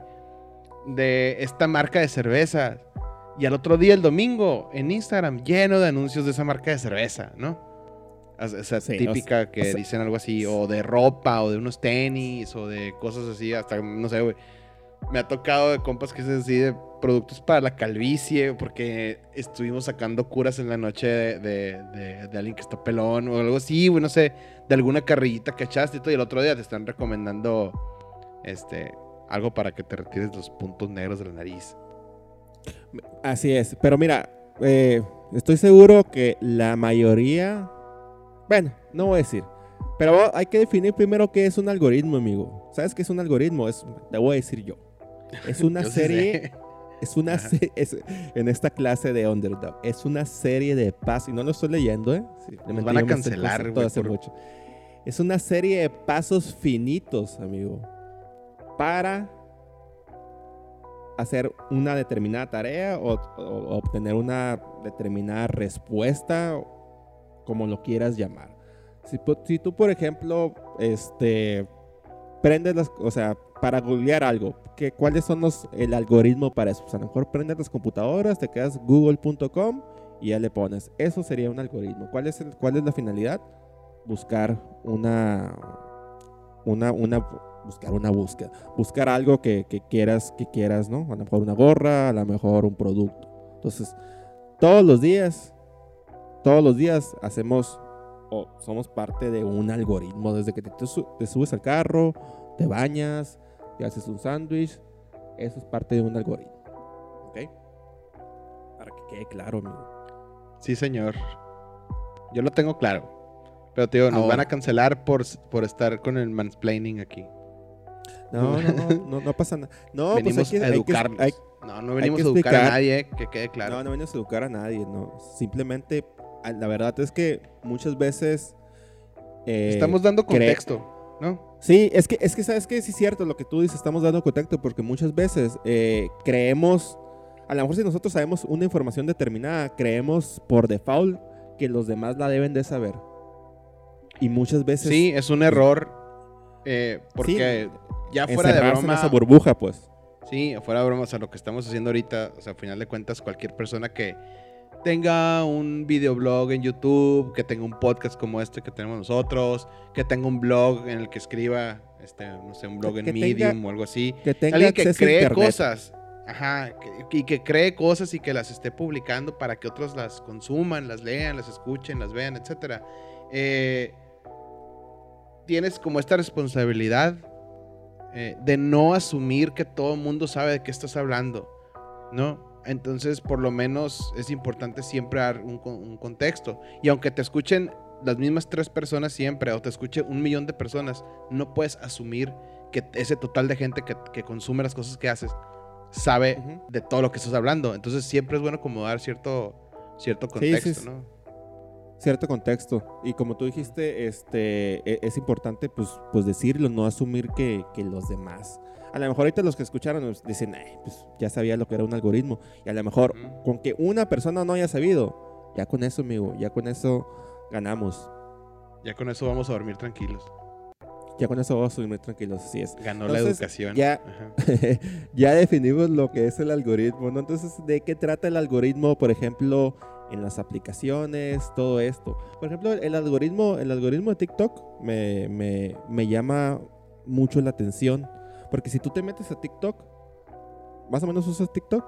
esta marca de cerveza. Y al otro día, el domingo, en Instagram, lleno de anuncios de esa marca de cerveza, ¿no? Esa Sí, típica que dicen algo así, o de ropa, o de unos tenis, o de cosas así, hasta, no sé, güey. Me ha tocado de compas que es así de productos para la calvicie, porque estuvimos sacando curas en la noche de alguien que está pelón, o algo así, güey, no sé, de alguna carrillita que echaste y todo, y el otro día te están recomendando, algo para que te retires los puntos negros de la nariz. Así es, pero mira, estoy seguro que la mayoría, bueno, no voy a decir, pero hay que definir primero qué es un algoritmo, amigo. ¿Sabes qué es un algoritmo? Te voy a decir yo. Es una Yo sí serie, sé. es una en esta clase de Underdog, es una serie de pasos, y no lo estoy leyendo, simplemente Nos van a yo me sé el cancelar, concepto güey, hace por- mucho. Es una serie de pasos finitos, amigo, para hacer una determinada tarea o obtener una determinada respuesta, como lo quieras llamar. Si tú, por ejemplo, prendes o sea, para googlear algo, ¿cuáles son el algoritmo para eso? O sea, a lo mejor prendes las computadoras, te quedas google.com y ya le pones. Eso sería un algoritmo. ¿Cuál es la finalidad? Buscar buscar una búsqueda. Buscar algo que quieras, ¿no? A lo mejor una gorra, a lo mejor un producto. Entonces, todos los días hacemos o somos parte de un algoritmo. Desde que te subes al carro, te bañas, te haces un sándwich, eso es parte de un algoritmo. ¿Ok? Para que quede claro, amigo. Sí, señor. Yo lo tengo claro. Pero te digo, nos Ahora. van a cancelar por estar con el mansplaining aquí. No pasa nada. No, Venimos pues a educarnos. No venimos que a educar explicar. a nadie, que quede claro. No venimos a educar a nadie, no. Simplemente, la verdad es que muchas veces... Estamos dando contexto, ¿no? Sí, es que sabes que sí es cierto lo que tú dices, estamos dando contexto porque muchas veces creemos, a lo mejor si nosotros sabemos una información determinada, creemos por default que los demás la deben de saber. Y muchas veces... Sí, es un error, porque ya fuera de encerrarse broma... en esa burbuja, pues. Sí, fuera de broma, o sea, lo que estamos haciendo ahorita, o sea, al final de cuentas, cualquier persona que tenga un videoblog en YouTube, que tenga un podcast como este que tenemos nosotros, que tenga un blog en el que escriba, no sé, un blog en Que Medium tenga- o algo así. Que tenga Alguien que acceso a cree internet. cosas, y que cree cosas y que las esté publicando para que otros las consuman, las lean, las escuchen, las vean, etcétera. Tienes como esta responsabilidad de no asumir que todo el mundo sabe de qué estás hablando, ¿no? Entonces, por lo menos es importante siempre dar un contexto. Y aunque te escuchen las mismas 3 personas siempre, o te escuche 1 millón de personas, no puedes asumir que ese total de gente que consume las cosas que haces sabe Ujú. de todo lo que estás hablando. Entonces, siempre es bueno como dar cierto contexto, sí. ¿no? cierto contexto. Y como tú dijiste, es importante pues decirlo, no asumir que los demás. A lo mejor ahorita los que escucharon nos dicen, pues ya sabía lo que era un algoritmo. Y a lo mejor con que una persona no haya sabido, ya con eso, amigo, ya con eso ganamos. Ya con eso vamos a dormir tranquilos. Ya con eso vamos a dormir tranquilos, así es. Ganó Entonces, la educación. Ya, ya definimos lo que es el algoritmo, ¿no? Entonces, ¿de qué trata el algoritmo, por ejemplo, en las aplicaciones, todo esto? Por ejemplo, el algoritmo de TikTok me llama mucho la atención. Porque si tú te metes a TikTok, ¿más o menos usas TikTok?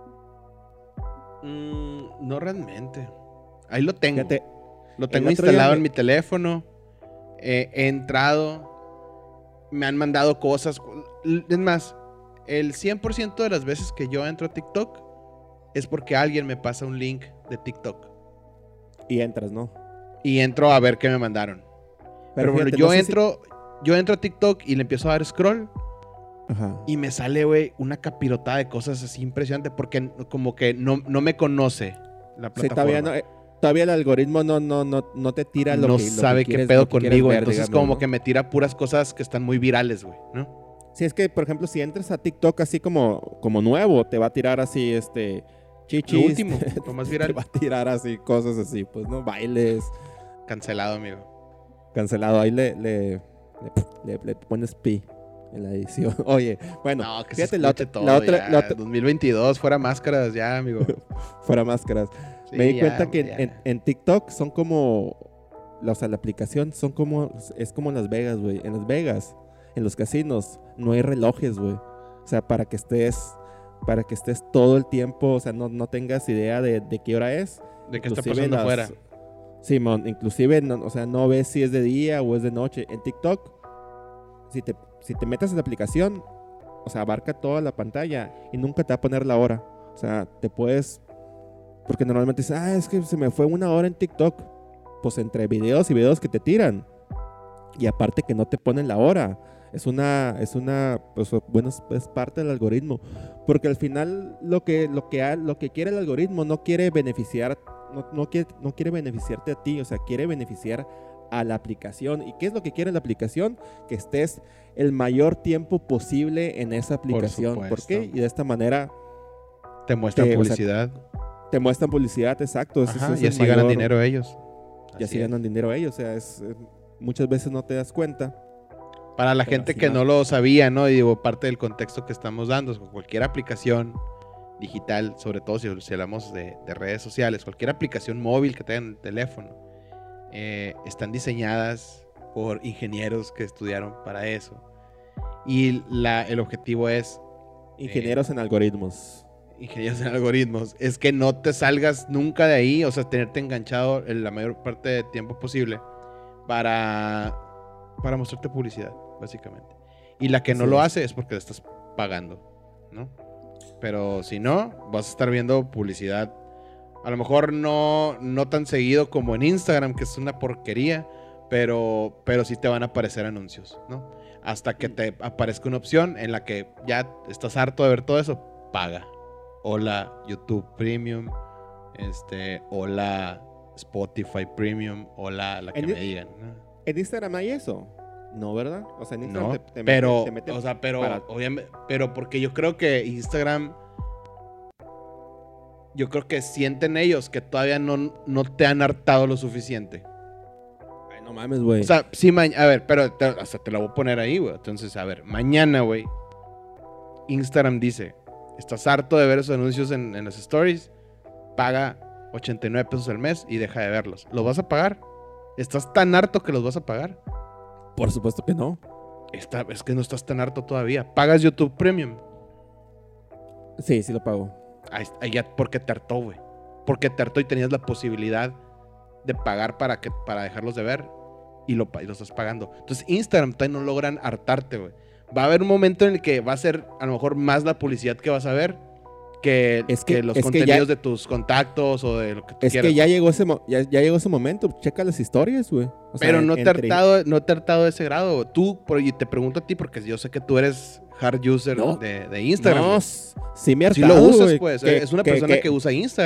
No realmente. Ahí lo tengo. Fíjate, Lo tengo el otro instalado día en mi teléfono. He entrado. Me han mandado cosas. Es más, el 100% de las veces que yo entro a TikTok es porque alguien me pasa un link de TikTok. Y entras, ¿no? Y entro a ver qué me mandaron. Pero bueno, fíjate, yo no sé entro a TikTok y le empiezo a dar scroll. Ajá. Y me sale, güey, una capirotada de cosas así impresionante. Porque como que no me conoce la Sí, plataforma. todavía el algoritmo no te tira lo No que sabe lo que qué quieres- pedo lo que quieres conmigo. ver, Entonces digamos, como ¿no? que me tira puras cosas que están muy virales, güey, ¿no? Sí, es que, por ejemplo, si entras a TikTok así como nuevo, te va a tirar así, chichis. Lo último, lo más Te viral. va a tirar así, cosas así, pues, ¿no? Bailes, Cancelado, amigo. cancelado. Ahí le pones pi en la edición. Oye, bueno, No, que fíjate, se escuche todo ya. 2022, fuera máscaras ya, amigo. fuera máscaras. Sí, Me di ya, cuenta que ya. en TikTok son como, o sea, la aplicación es como Las Vegas, güey. En Las Vegas, en los casinos, no hay relojes, güey. O sea, para que estés todo el tiempo, o sea, no tengas idea de qué hora es. ¿De qué está Inclusive pasando afuera? Simón, inclusive, o sea, no ves si es de día o es de noche. En TikTok, si te metes en la aplicación, o sea, abarca toda la pantalla y nunca te va a poner la hora. O sea, te puedes... Porque normalmente dices, es que se me fue 1 hora en TikTok. Pues entre videos y videos que te tiran. Y aparte que no te ponen la hora. Es parte del algoritmo. Porque al final lo que quiere el algoritmo no quiere beneficiar, no quiere beneficiarte a ti, o sea, quiere beneficiar a la aplicación. ¿Y qué es lo que quiere la aplicación? Que estés el mayor tiempo posible en esa aplicación. ¿Por supuesto. qué? Y de esta manera Te muestran o sea, publicidad. te muestran publicidad, exacto. Ajá, Ese es y el así ganan mayor- dinero ellos. Y así ganan dinero ellos. O sea, muchas veces no te das cuenta. Para la Pero gente así que más. no lo sabía, ¿no? Y digo, parte del contexto que estamos dando, cualquier aplicación digital, sobre todo si hablamos de redes sociales, cualquier aplicación móvil que tengan en el teléfono, están diseñadas por ingenieros que estudiaron para eso. Y el objetivo es... Ingenieros en algoritmos. Ingenieros en algoritmos, es que no te salgas nunca de ahí, o sea, tenerte enganchado en la mayor parte de tiempo posible para mostrarte publicidad, básicamente. Y la que no Así lo es. hace es porque le estás pagando, ¿no? Pero si no, vas a estar viendo publicidad, a lo mejor no tan seguido como en Instagram, que es una porquería, pero sí te van a aparecer anuncios, ¿no? Hasta que te aparezca una opción en la que ya estás harto de ver todo eso, paga. Hola YouTube Premium, hola Spotify Premium, hola la que En me el- digan, ¿no? ¿En Instagram hay eso? No, ¿verdad? O sea, en Instagram No, te pero, meten o sea, pero, para- obviamente, pero porque yo creo que Instagram, yo creo que sienten ellos que todavía no te han hartado lo suficiente. Ay, no mames, güey. O sea, sí, a ver, pero hasta te la voy a poner ahí, güey. Entonces, a ver, mañana, güey, Instagram dice, ¿estás harto de ver esos anuncios en las stories? Paga 89 pesos al mes y deja de verlos. ¿Los vas a pagar? ¿Estás tan harto que los vas a pagar? Por supuesto que no. Es que no estás tan harto todavía. ¿Pagas YouTube Premium? Sí, sí lo pago. Ahí ya, porque te hartó, güey. Porque te hartó y tenías la posibilidad de pagar para dejarlos de ver y lo estás pagando. Entonces, Instagram todavía no logran hartarte, güey. Va a haber un momento en el que va a ser a lo mejor más la publicidad que vas a ver que los contenidos de tus contactos o de lo que tú Es quieras. que ya llegó ya llegó ese momento. Checa las historias, güey. O sea, Pero no te ha entre- hartado de ese grado. Y te pregunto a ti porque yo sé que tú eres hard user No. de Instagram. No, güey. sí me ha Si hartado, lo usas, güey, pues. que- Es una que- persona que- que usa Instagram.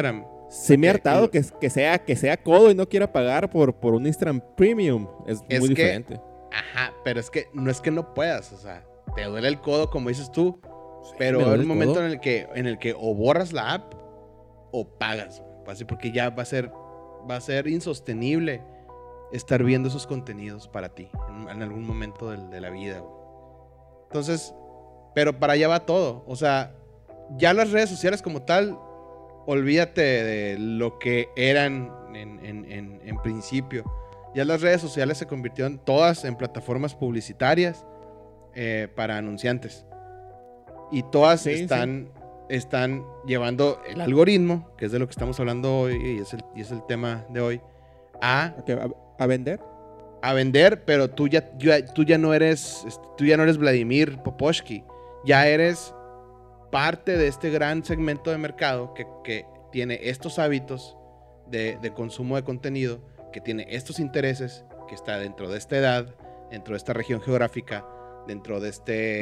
Sí me ha hartado que sea codo y no quiera pagar por un Instagram Premium. Es muy diferente. Ajá, pero es que no puedas, o sea, te duele el codo como dices tú, Sí, pero me hay duele un el momento codo. en el que o borras la app o pagas, güey, así porque ya va a ser insostenible estar viendo esos contenidos para ti en algún momento de la vida, güey. Entonces, pero para allá va todo, o sea, ya las redes sociales como tal, olvídate de lo que eran en principio. Ya las redes sociales se convirtieron todas en plataformas publicitarias para anunciantes. Y todas Sí, están llevando el algoritmo, que es de lo que estamos hablando hoy y es el tema de hoy, Ok, ¿a vender? a vender, pero tú ya no eres Vladimir Poposhki, ya eres parte de este gran segmento de mercado que tiene estos hábitos de consumo de contenido, que tiene estos intereses, que está dentro de esta edad, dentro de esta región geográfica, dentro de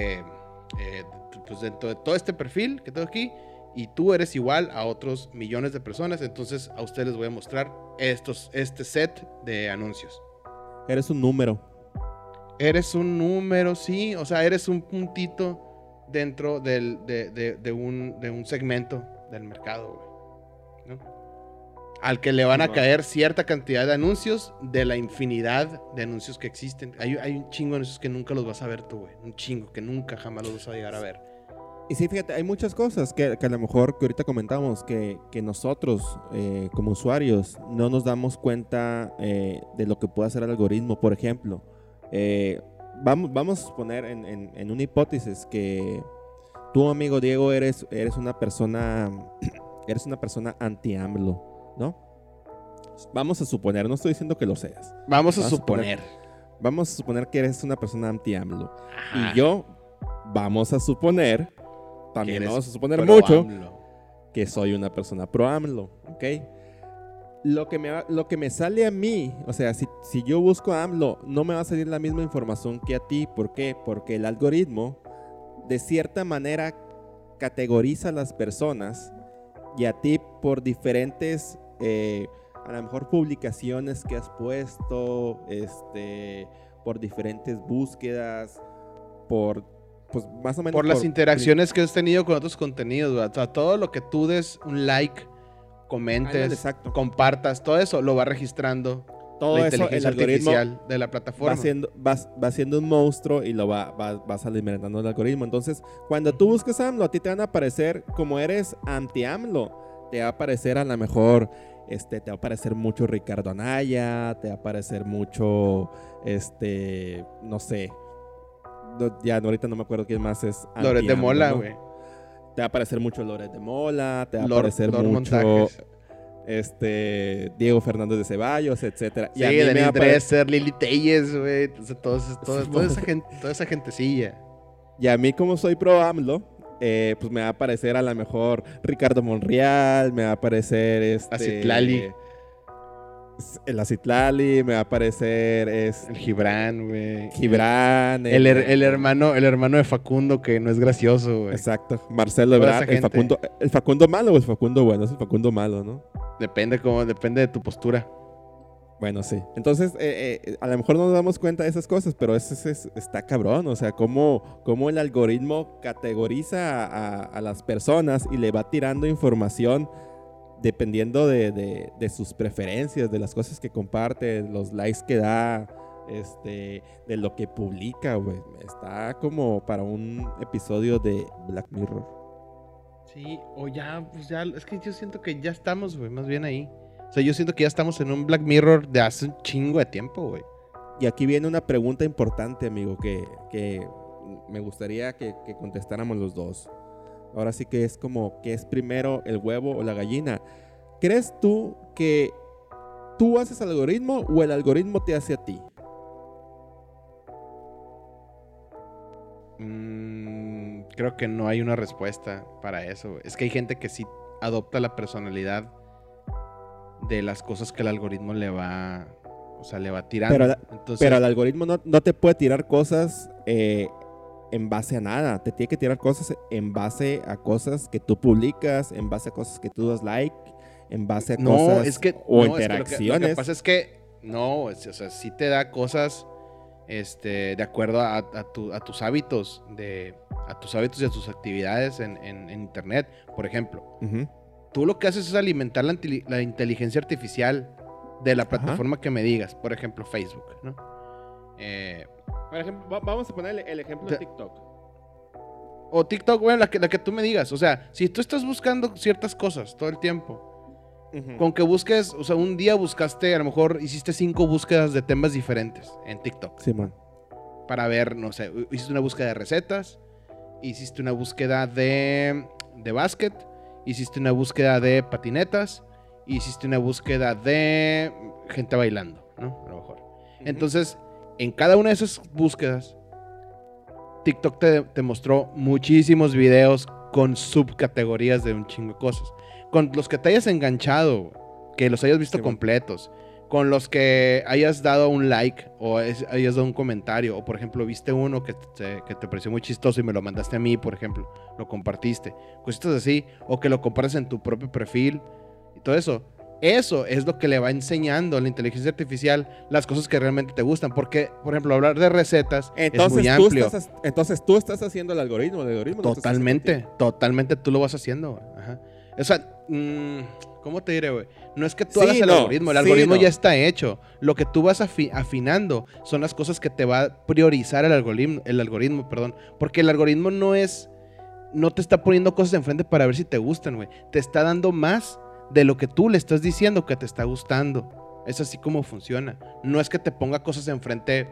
pues dentro de todo este perfil que tengo aquí, y tú eres igual a otros millones de personas. Entonces a ustedes les voy a mostrar este set de anuncios. Eres un número. Eres un número, sí, o sea, eres un puntito dentro de un segmento del mercado, güey, ¿no? Al que le van a caer cierta cantidad de anuncios de la infinidad de anuncios que existen. Hay un chingo de anuncios que nunca los vas a ver tú, güey. Un chingo que nunca jamás los vas a llegar a ver. Y sí, fíjate, hay muchas cosas que a lo mejor que ahorita comentamos que nosotros como usuarios no nos damos cuenta de lo que puede hacer el algoritmo. Por ejemplo, vamos a suponer en una hipótesis que tú, amigo Diego, eres una persona anti-AMLO, ¿no? Vamos a suponer, no estoy diciendo que lo seas. Vamos a suponer. Vamos a suponer que eres una persona anti-AMLO. Ajá. Y yo, vamos a suponer, Que también eres vamos a suponer pro mucho, AMLO. que soy una persona pro-AMLO, ¿ok? Lo que me sale a mí, o sea, si yo busco a AMLO, no me va a salir la misma información que a ti. ¿Por qué? Porque el algoritmo, de cierta manera, categoriza a las personas y a ti por diferentes, a lo mejor publicaciones que has puesto, por diferentes búsquedas, pues más o menos Por las interacciones que has tenido con otros contenidos, güey. O sea, todo lo que tú des un like, comentes, Ándale, exacto. compartas, todo eso lo va registrando todo la eso, inteligencia el algoritmo artificial de la plataforma. va siendo un monstruo y lo vas alimentando el algoritmo. Entonces, cuando tú busques AMLO, a ti te van a aparecer, como eres anti-AMLO, te va a aparecer a lo mejor, te va a aparecer mucho Ricardo Anaya, te va a aparecer mucho, no sé, ahorita no me acuerdo quién más es Loret de anti-AMLO, Mola, ¿no? güey. Te va a aparecer mucho Loret de Mola, te va a Lord aparecer mucho Montajes. Diego Fernández de Ceballos, etcétera. Sí, a mí me Denis va a apare- Dresser, Lili Telles, güey. Entonces, toda esa gentecilla. Y a mí, como soy pro AMLO, pues me va a aparecer a lo mejor Ricardo Monreal, me va a aparecer Acitlali. el Acitlali, me va a aparecer El Gibran, güey. Gibran, El hermano de Facundo, que no es gracioso, güey. exacto, Marcelo Toda Ebrard, esa gente. el Facundo malo o el Facundo bueno, es el Facundo malo, ¿no? Depende de tu postura. Bueno, sí. Entonces, a lo mejor no nos damos cuenta de esas cosas, pero está cabrón. O sea, cómo el algoritmo categoriza a las personas y le va tirando información dependiendo de sus preferencias, de las cosas que comparte, los likes que da, de lo que publica, güey. Está como para un episodio de Black Mirror. Sí, o ya, pues ya, es que yo siento que ya estamos, güey, más bien ahí. O sea, yo siento que ya estamos en un Black Mirror de hace un chingo de tiempo, güey. Y aquí viene una pregunta importante, amigo, que me gustaría que contestáramos los dos. Ahora sí que es como, ¿qué es primero, el huevo o la gallina? ¿Crees tú que tú haces al algoritmo o el algoritmo te hace a ti? Creo que no hay una respuesta para eso, güey. Es que hay gente que sí adopta la personalidad de las cosas que el algoritmo le va tirando. Pero el algoritmo no te puede tirar cosas en base a nada. Te tiene que tirar cosas en base a cosas que tú publicas, en base a cosas que tú das like, en base a No, cosas es que, o no, es que lo que interacciones. pasa es que, no, o sea, sí te da cosas, de acuerdo a tus hábitos, a tus hábitos y a tus actividades en internet. Por ejemplo, Ujú. tú lo que haces es alimentar la inteligencia artificial de la plataforma que me digas. Por ejemplo, Facebook, ¿no? Por ejemplo, vamos a poner el ejemplo de de TikTok. O TikTok, bueno, la que tú me digas. O sea, si tú estás buscando ciertas cosas todo el tiempo, con que busques, o sea, un día buscaste, a lo mejor hiciste 5 búsquedas de temas diferentes en TikTok. Simón. Para ver, no sé, hiciste una búsqueda de recetas, hiciste una búsqueda de básquet, hiciste una búsqueda de patinetas, hiciste una búsqueda de gente bailando, ¿no? A lo mejor. Entonces, en cada una de esas búsquedas, TikTok te mostró muchísimos videos con subcategorías de un chingo de cosas. Con los que te hayas enganchado, que los hayas visto Sí, bueno. completos, con los que hayas dado un like o hayas dado un comentario, o por ejemplo viste uno que te pareció muy chistoso y me lo mandaste a mí, por ejemplo, lo compartiste, cositas así, o que lo compartes en tu propio perfil y todo eso. Eso es lo que le va enseñando a la inteligencia artificial las cosas que realmente te gustan, porque, por ejemplo, hablar de recetas es muy amplio. Entonces tú estás haciendo el algoritmo lo estás haciendo Totalmente, totalmente tú lo vas haciendo, güey. Ajá. O sea, ¿cómo te diré, güey? No es que tú Sí, hagas el no, algoritmo, el sí, algoritmo no. ya está hecho. Lo que tú vas afinando son las cosas que te va a priorizar el algoritmo, perdón. Porque el algoritmo no te está poniendo cosas enfrente para ver si te gustan, güey. Te está dando más de lo que tú le estás diciendo que te está gustando. Es así como funciona. No es que te ponga cosas enfrente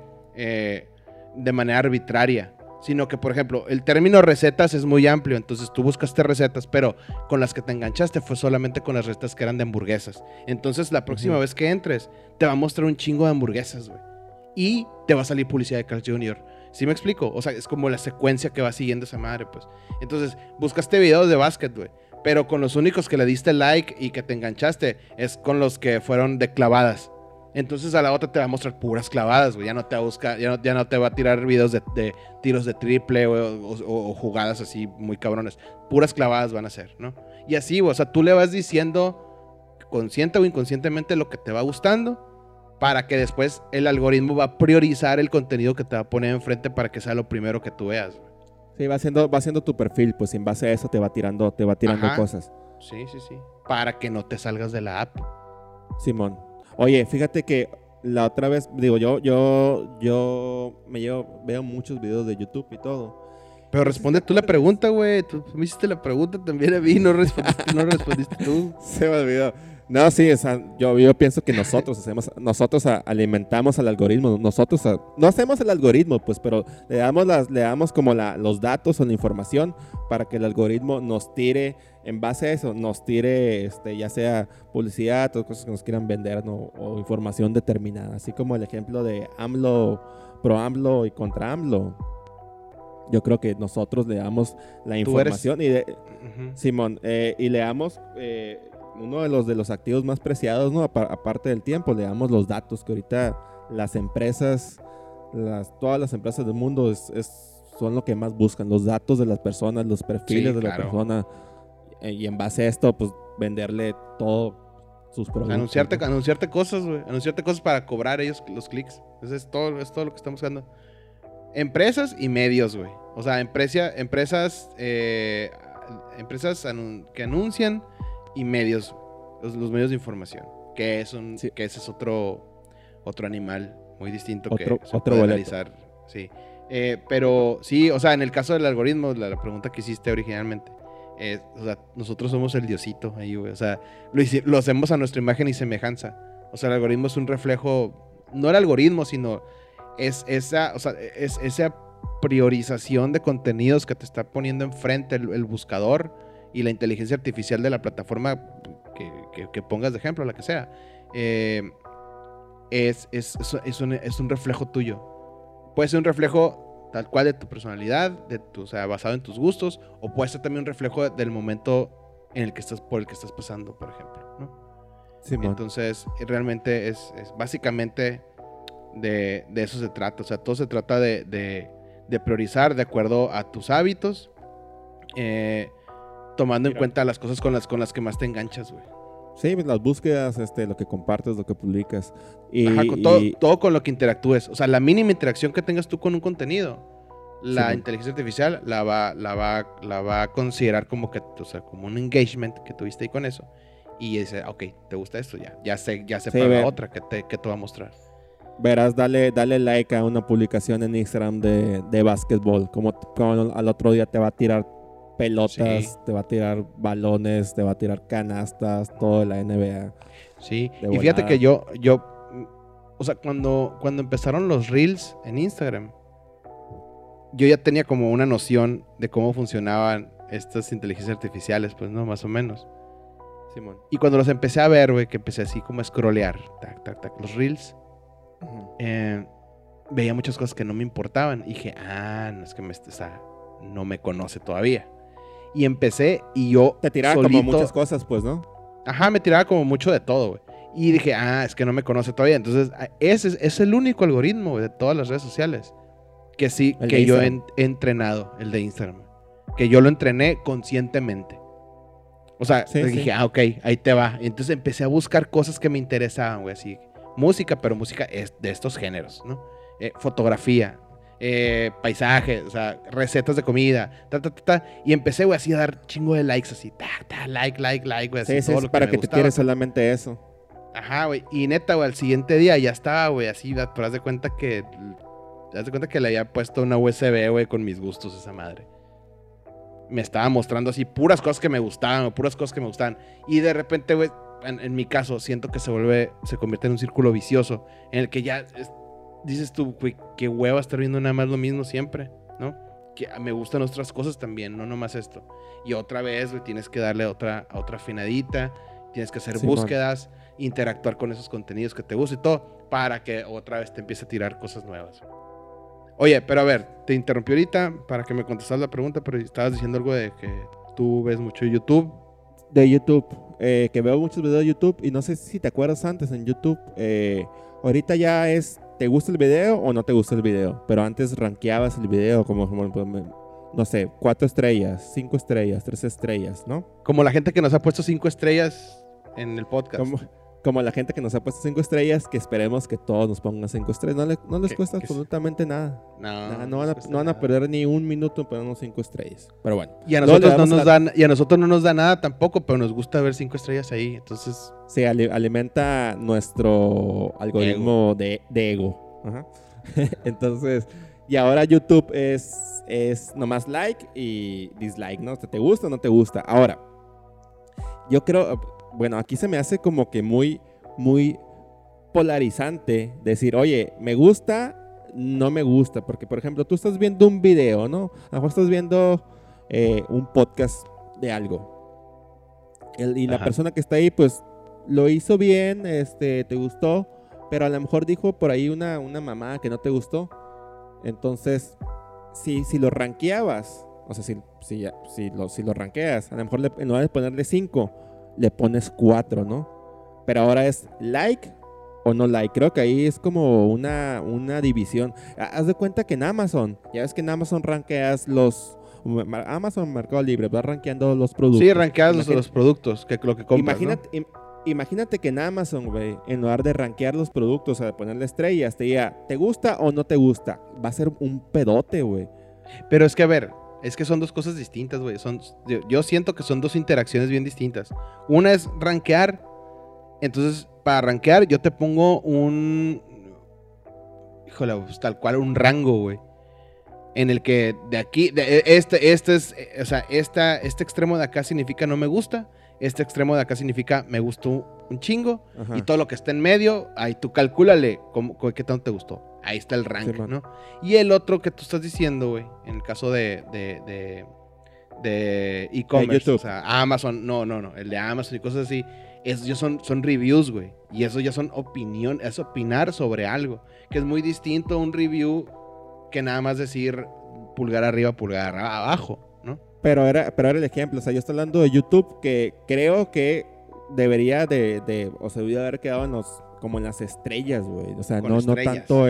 de manera arbitraria, sino que, por ejemplo, el término recetas es muy amplio, entonces tú buscaste recetas, pero con las que te enganchaste fue solamente con las recetas que eran de hamburguesas. Entonces, la próxima vez que entres, te va a mostrar un chingo de hamburguesas, güey. Y te va a salir publicidad de Carl Jr. ¿Sí me explico? O sea, es como la secuencia que va siguiendo esa madre, pues. Entonces, buscaste videos de básquet, güey, pero con los únicos que le diste like y que te enganchaste es con los que fueron de clavadas. Entonces a la otra te va a mostrar puras clavadas, güey. Ya no te va a buscar, ya no te va a tirar videos de tiros de triple o jugadas así muy cabrones. Puras clavadas van a ser, ¿no? Y así, güey, o sea, tú le vas diciendo consciente o inconscientemente lo que te va gustando para que después el algoritmo va a priorizar el contenido que te va a poner enfrente para que sea lo primero que tú veas, güey. Sí, va haciendo tu perfil, pues en base a eso te va tirando Ajá. cosas. Sí. Para que no te salgas de la app. Simón. Oye, fíjate que la otra vez, digo, yo veo muchos videos de YouTube y todo. Pero responde tú la pregunta, güey. Tú me hiciste la pregunta también a mí, no respondiste tú. Se me olvidó. No, sí, o sea, yo pienso que nosotros alimentamos al algoritmo, no hacemos el algoritmo, pues, pero le damos como los datos o la información para que el algoritmo nos tire, en base a eso, nos tire, ya sea publicidad o cosas que nos quieran vender, ¿no? O información determinada, así como el ejemplo de AMLO, pro AMLO y contra AMLO. Yo creo que nosotros le damos la información Simón, y le damos uno de los activos más preciados, ¿no? Aparte del tiempo, le damos los datos que ahorita las empresas, todas las empresas del mundo son lo que más buscan, los datos de las personas, los perfiles de la persona, y en base a esto, pues venderle todo sus productos. Anunciarte cosas, güey. Anunciarte cosas para cobrar ellos los clics. Eso es todo lo que estamos buscando. Empresas y medios, güey. O sea, empresas que anuncian y medios, los medios de información. Que ese es otro animal muy distinto que se puede analizar. Sí. Pero sí, o sea, en el caso del algoritmo, la pregunta que hiciste originalmente, o sea, nosotros somos el diosito ahí, güey. O sea, lo hacemos a nuestra imagen y semejanza. O sea, el algoritmo es un reflejo, no el algoritmo, sino es esa priorización de contenidos que te está poniendo enfrente el buscador y la inteligencia artificial de la plataforma que pongas de ejemplo, la que sea. Es un reflejo tuyo. Puede ser un reflejo tal cual de tu personalidad, o sea, basado en tus gustos, o puede ser también un reflejo del momento por el que estás pasando, por ejemplo, ¿no? Sí, entonces, realmente es básicamente de eso se trata. O sea, todo se trata de priorizar de acuerdo a tus hábitos, tomando en cuenta las cosas con las que más te enganchas, güey. Sí, pues, las búsquedas, lo que compartes, lo que publicas. Ajá, con todo con lo que interactúes. O sea, la mínima interacción que tengas tú con un contenido, la Sí, inteligencia artificial la va a considerar como que, o sea, como un engagement que tuviste ahí con eso. Y dice, ok, ¿te gusta esto? Ya sé Sí, para la otra que te va a mostrar. verás, dale like a una publicación en Instagram de básquetbol. Como al otro día te va a tirar pelotas, Sí. te va a tirar balones, te va a tirar canastas, todo de la NBA. Sí, De y fíjate volada. que o sea, cuando empezaron los Reels en Instagram, yo ya tenía como una noción de cómo funcionaban estas inteligencias artificiales, pues, ¿no? Más o menos. Simón. Y cuando los empecé a ver, güey, que empecé así como a scrollear, tac, tac, tac, los Reels, veía muchas cosas que no me importaban. Y dije, no es que no me conoce todavía. Y empecé y yo Te tiraba solito, como muchas cosas, pues, ¿no? Ajá, me tiraba como mucho de todo, güey. Y dije, es que no me conoce todavía. Entonces, ese es el único algoritmo, güey, de todas las redes sociales que sí, El que de yo he Instagram. entrenado, el de Instagram. Que yo lo entrené conscientemente. O sea, Sí, dije, sí. ok, ahí te va. Y entonces empecé a buscar cosas que me interesaban, güey, así. Música, pero música es de estos géneros, ¿no? Fotografía, paisaje, o sea, recetas de comida, y empecé, güey, así a dar chingo de likes, así, like, güey, así, Sí, sí, todo es lo que para me que te gustaba. tires solamente eso. Ajá, güey, y neta, güey, al siguiente día ya estaba, güey, así, pero haz de cuenta que le había puesto una USB, güey, con mis gustos esa madre. Me estaba mostrando así puras cosas que me gustaban, o puras cosas que me gustaban, y de repente, güey, en mi caso, siento que se convierte en un círculo vicioso, en el que ya dices tú, güey, qué hueva estar viendo nada más lo mismo siempre, ¿no? Que me gustan otras cosas también, no nomás esto. Y otra vez, güey, tienes que darle a otra afinadita, tienes que hacer Simón. búsquedas, interactuar con esos contenidos que te gustan y todo, para que otra vez te empiece a tirar cosas nuevas. Oye, pero a ver, te interrumpí ahorita para que me contestas la pregunta, pero estabas diciendo algo de que tú ves mucho YouTube. De YouTube, que veo muchos videos de YouTube y no sé si te acuerdas antes en YouTube, ahorita ya es, ¿te gusta el video o no te gusta el video? Pero antes rankeabas el video como no sé, 4 estrellas, 5 estrellas, 3 estrellas, ¿no? Como la gente que nos ha puesto 5 estrellas en el podcast. Como la gente que nos ha puesto 5 estrellas, que esperemos que todos nos pongan 5 estrellas. No les cuesta absolutamente nada. No van a perder ni un minuto en ponernos 5 estrellas. Pero bueno. Y a nosotros no nos da nada tampoco, pero nos gusta ver 5 estrellas ahí. Entonces, sí, alimenta nuestro algoritmo de ego. Ajá. Entonces, y ahora YouTube es nomás like y dislike, ¿no? ¿Te gusta o no te gusta? Ahora, yo creo, bueno, aquí se me hace como que muy, muy polarizante decir, oye, me gusta, no me gusta. Porque, por ejemplo, tú estás viendo un video, ¿no? A lo mejor estás viendo un podcast de algo. Y la persona que está ahí, pues, lo hizo bien, te gustó, pero a lo mejor dijo por ahí una mamá que no te gustó. Entonces, si lo rankeabas, o sea, si lo rankeas, a lo mejor en lugar de ponerle 5, le pones 4, ¿no? Pero ahora es like o no like. Creo que ahí es como una división. Haz de cuenta que en Amazon, ya ves que en Amazon rankeas Amazon Mercado Libre, vas rankeando los productos. sí, rankeas los productos, lo que compras, Imagínate que en Amazon, güey, en lugar de rankear los productos, o de ponerle estrellas, te diga, ¿te gusta o no te gusta? Va a ser un pedote, güey. Pero es que, a ver, es que son dos cosas distintas, güey. Yo siento que son dos interacciones bien distintas. Una es rankear. Entonces, para rankear, yo te pongo híjole, pues, tal cual un rango, güey. En el que de aquí, este extremo de acá significa no me gusta. Este extremo de acá significa me gustó un chingo. Ajá. Y todo lo que está en medio, ahí tú calcúlale qué tanto te gustó. Ahí está el rank, Sí, ¿no? Y el otro que tú estás diciendo, güey, en el caso de e-commerce, o sea, Amazon, no, el de Amazon y cosas así, esos ya son reviews, güey. Y eso ya son opinión, es opinar sobre algo. Que es muy distinto a un review que nada más decir pulgar arriba, pulgar abajo, ¿no? Pero era el ejemplo, o sea, yo estoy hablando de YouTube, que creo que debería o se debería haber quedado como en las estrellas, güey. O sea, no tanto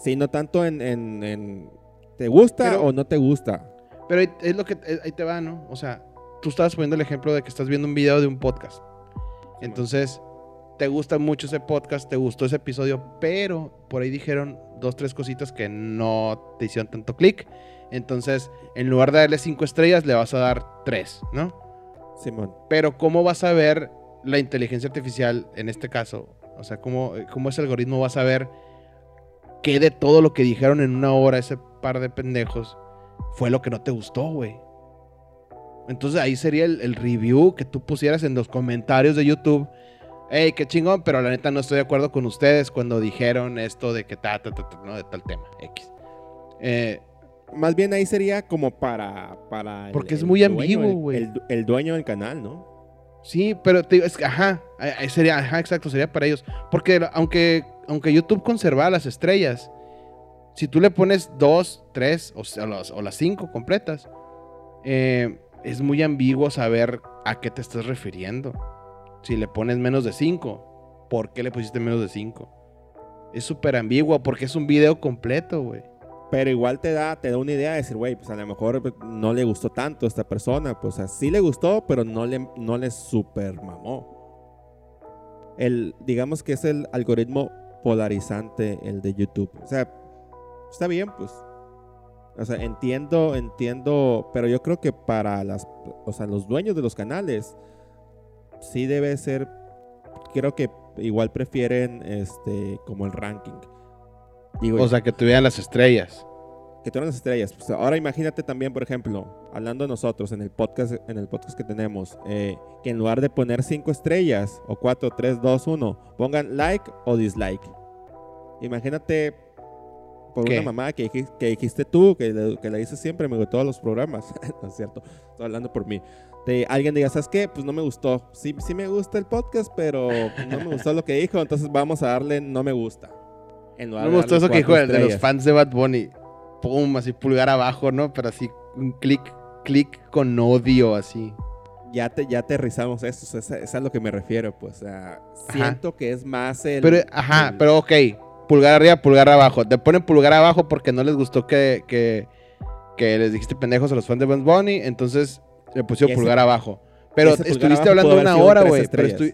en ¿te gusta o no te gusta? Pero es lo que ahí te va, ¿no? O sea, tú estabas poniendo el ejemplo de que estás viendo un video de un podcast. Entonces, te gusta mucho ese podcast, te gustó ese episodio, pero por ahí dijeron 2, 3 cositas que no te hicieron tanto clic. Entonces, en lugar de darle 5 estrellas, le vas a dar 3, ¿no? Simón. Pero ¿cómo vas a ver la inteligencia artificial en este caso? O sea, ¿cómo ese algoritmo va a saber qué de todo lo que dijeron en una hora ese par de pendejos fue lo que no te gustó, güey? Entonces ahí sería el review que tú pusieras en los comentarios de YouTube. Hey, qué chingón, pero la neta no estoy de acuerdo con ustedes cuando dijeron esto de que ¿no? De tal tema, X. Más bien ahí sería como para porque es muy ambiguo, güey. El dueño del canal, ¿no? Sí, pero te digo, sería, exacto, sería para ellos. Porque aunque YouTube conservara las estrellas, si tú le pones 2, 3 o las 5 completas, es muy ambiguo saber a qué te estás refiriendo. Si le pones menos de 5, ¿por qué le pusiste menos de 5? Es súper ambiguo porque es un video completo, güey. Pero igual te da una idea de decir, güey, pues a lo mejor no le gustó tanto a esta persona. Pues o sea, sí le gustó, pero no le super mamó. Digamos que es el algoritmo polarizante, el de YouTube. O sea, está bien, pues. O sea, entiendo, pero yo creo que para los dueños de los canales, sí debe ser, creo que igual prefieren como el ranking. Digo, o sea, que tuvieran las estrellas. Que tuvieran las estrellas. Pues ahora imagínate también, por ejemplo, hablando de nosotros en el podcast que tenemos, que en lugar de poner 5 estrellas o 4, 3, 2, 1, pongan like o dislike. Imagínate por ¿qué? Una mamá que dijiste tú, que la dices siempre, me gustó todos los programas. No es cierto, estoy hablando por mí. Alguien diga, ¿sabes qué? Pues no me gustó. Sí me gusta el podcast, pero no me gustó lo que dijo, entonces vamos a darle no me gusta. No me gustó eso que dijo de los fans de Bad Bunny. Pum, así pulgar abajo, ¿no? Pero así un clic con odio, así. Ya aterrizamos esto, es a lo que me refiero, pues. O sea, siento que es más pero ok. Pulgar arriba, pulgar abajo. Te ponen pulgar abajo porque no les gustó que les dijiste pendejos a los fans de Bad Bunny, entonces le pusieron pulgar abajo. Pero estuviste hablando una hora, güey.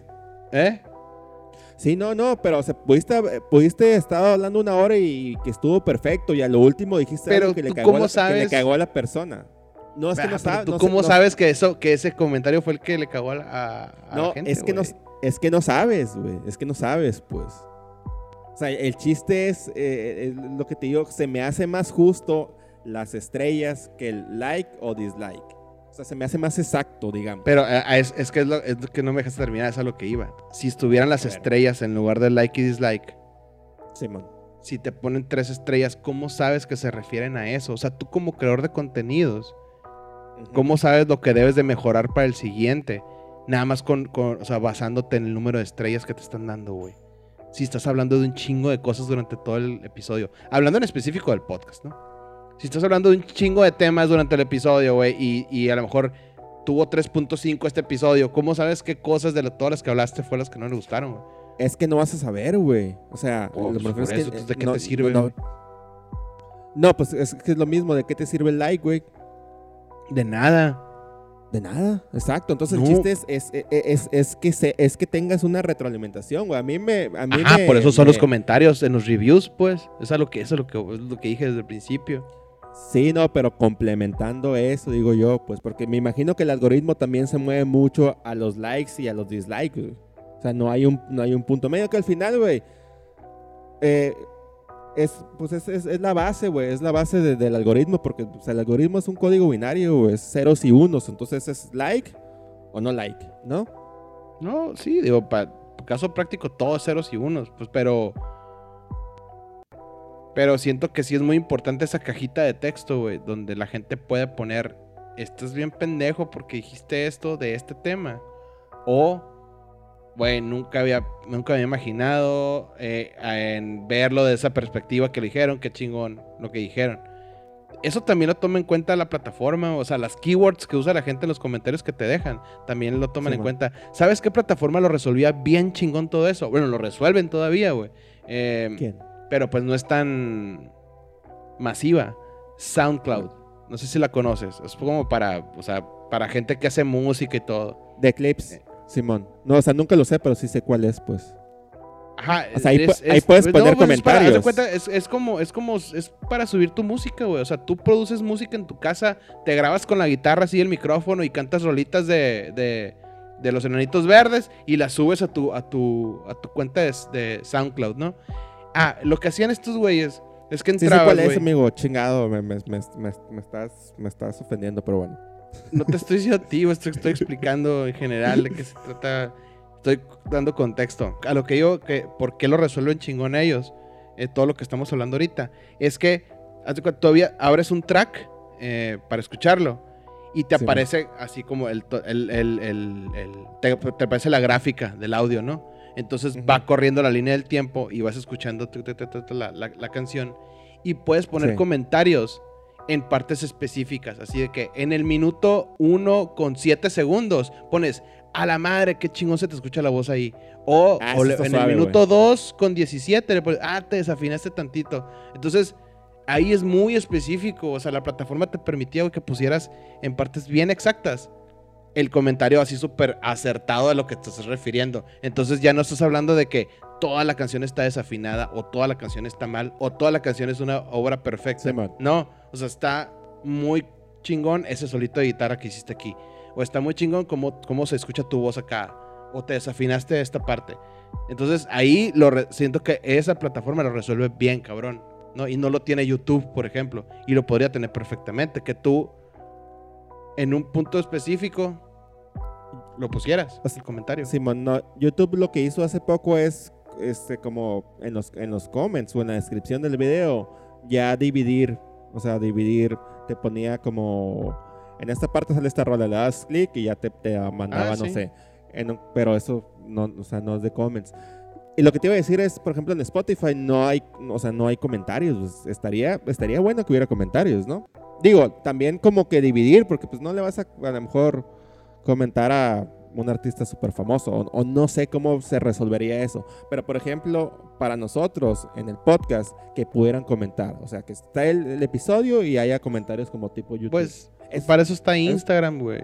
Sí, no, pero o sea, pudiste estar hablando una hora y que estuvo perfecto y a lo último dijiste pero algo que le cagó a la persona. No, es que no sabes. ¿Tú cómo sabes que ese comentario fue el que le cagó a la gente? Es que no sabes, güey. Es que no sabes, pues. O sea, el chiste es lo que te digo, se me hace más justo las estrellas que el like o dislike. O sea, se me hace más exacto, digamos. Pero es que que no me dejas terminar, es a lo que iba. Si estuvieran las estrellas en lugar de like y dislike, Simón. Si te ponen 3 estrellas, ¿cómo sabes que se refieren a eso? O sea, tú como creador de contenidos, ¿cómo sabes lo que debes de mejorar para el siguiente? Nada más o sea, basándote en el número de estrellas que te están dando, güey. Si estás hablando de un chingo de cosas durante todo el episodio. Hablando en específico del podcast, ¿no? Si estás hablando de un chingo de temas durante el episodio, güey, y a lo mejor tuvo 3.5 este episodio, ¿cómo sabes qué cosas de todas las que hablaste fue las que no le gustaron, güey? Es que no vas a saber, güey. O sea, ¿de qué te sirve? No, pues es que es lo mismo. ¿De qué te sirve el like, güey? De nada. De nada, exacto. Entonces el chiste es que tengas una retroalimentación, güey. Por eso son los comentarios en los reviews, pues. Eso es lo que dije desde el principio. Sí, no, pero complementando eso, digo yo, pues, porque me imagino que el algoritmo también se mueve mucho a los likes y a los dislikes, güey. O sea, no hay un punto medio que al final, güey, es la base, güey, es la base del algoritmo, porque o sea, el algoritmo es un código binario, güey, es ceros y unos, entonces es like o no like, ¿no? No, sí, digo, para caso práctico todo es ceros y unos, pues, pero siento que sí es muy importante esa cajita de texto, güey, donde la gente puede poner, estás bien pendejo porque dijiste esto de este tema, o, güey, nunca había imaginado en verlo de esa perspectiva que le dijeron, qué chingón lo que dijeron. Eso también lo toma en cuenta la plataforma, o sea, las keywords que usa la gente en los comentarios que te dejan, también lo toman en cuenta. ¿Sabes qué plataforma lo resolvía bien chingón todo eso? Bueno, lo resuelven todavía, güey. ¿Quién? Pero pues no es tan masiva. SoundCloud. No sé si la conoces. Es como para gente que hace música y todo. De clips. Simón. No, o sea, nunca lo sé, pero sí sé cuál es, pues. Ajá, O sea, ahí puedes poner pues haz de comentarios. cuenta, es para subir tu música, güey. O sea, tú produces música en tu casa, te grabas con la guitarra así el micrófono y cantas rolitas de los Enanitos Verdes y las subes a tu cuenta de SoundCloud, ¿no? Ah, lo que hacían estos güeyes es que Sí sé entrabas, cuál es, güey. amigo. Chingado, me estás ofendiendo, pero bueno. No te estoy diciendo a ti, güey, estoy explicando en general de qué se trata. Estoy dando contexto. A lo que digo, por qué lo resuelven chingón ellos, todo lo que estamos hablando ahorita, es que haz de cuenta, todavía abres un track para escucharlo y te Sí, aparece así como te aparece la gráfica del audio, ¿no? Entonces Ujú. va corriendo la línea del tiempo y vas escuchando la canción y puedes poner Sí. comentarios en partes específicas, así de que en el minuto 1:07 pones a la madre, qué chingón se te escucha la voz ahí. O, Ah, o eso está en suave, el minuto 2:17 le pones, te desafinaste tantito. Entonces, ahí es muy específico. O sea, la plataforma te permitía, güey, que pusieras en partes bien exactas el comentario así súper acertado a lo que te estás refiriendo. Entonces ya no estás hablando de que toda la canción está desafinada o toda la canción está mal o toda la canción es una obra perfecta. Sí, man. No, o sea, está muy chingón ese solito de guitarra que hiciste aquí. O está muy chingón cómo se escucha tu voz acá. O te desafinaste esta parte. Entonces ahí siento que esa plataforma lo resuelve bien, cabrón, ¿no? Y no lo tiene YouTube, por ejemplo. Y lo podría tener perfectamente. Que tú, en un punto específico, lo pusieras, el comentario. Simón, no, YouTube lo que hizo hace poco es como en los comments o en la descripción del video, ya dividir, te ponía como en esta parte sale esta rola, le das clic y ya te mandaba, no sí. sé, pero eso no, o sea, no es de comments. Y lo que te iba a decir es, por ejemplo, en Spotify no hay comentarios, pues, estaría bueno que hubiera comentarios, ¿no? Digo, también como que dividir, porque pues no le vas a lo mejor comentar a un artista súper famoso o no sé cómo se resolvería eso. Pero, por ejemplo, para nosotros en el podcast, que pudieran comentar. O sea, que está el episodio y haya comentarios como tipo YouTube. Pues, para eso está Instagram, güey.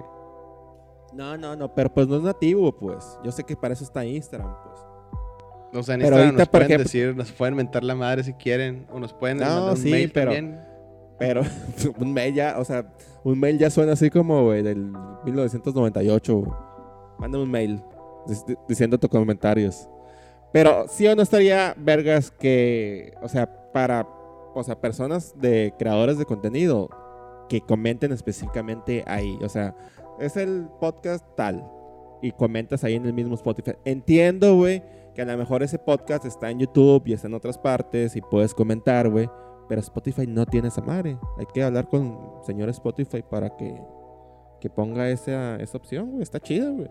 No, pero pues no es nativo, pues. Yo sé que para eso está Instagram, pues. O sea, en Pero Instagram ahorita, nos por pueden ejemplo- decir, nos pueden mentar la madre si quieren, o nos pueden No, mandar un sí, mail pero- también. Pero un mail ya, o sea, un mail ya suena así como, güey, del 1998, güey. Mándame un mail diciendo tus comentarios. Pero sí o no estaría vergas que, o sea, personas de creadores de contenido que comenten específicamente ahí. O sea, es el podcast tal y comentas ahí en el mismo Spotify. Entiendo, güey, que a lo mejor ese podcast está en YouTube y está en otras partes y puedes comentar, güey. Pero Spotify no tiene esa madre. Hay que hablar con señor Spotify para que ponga esa opción, güey. Está chida, güey.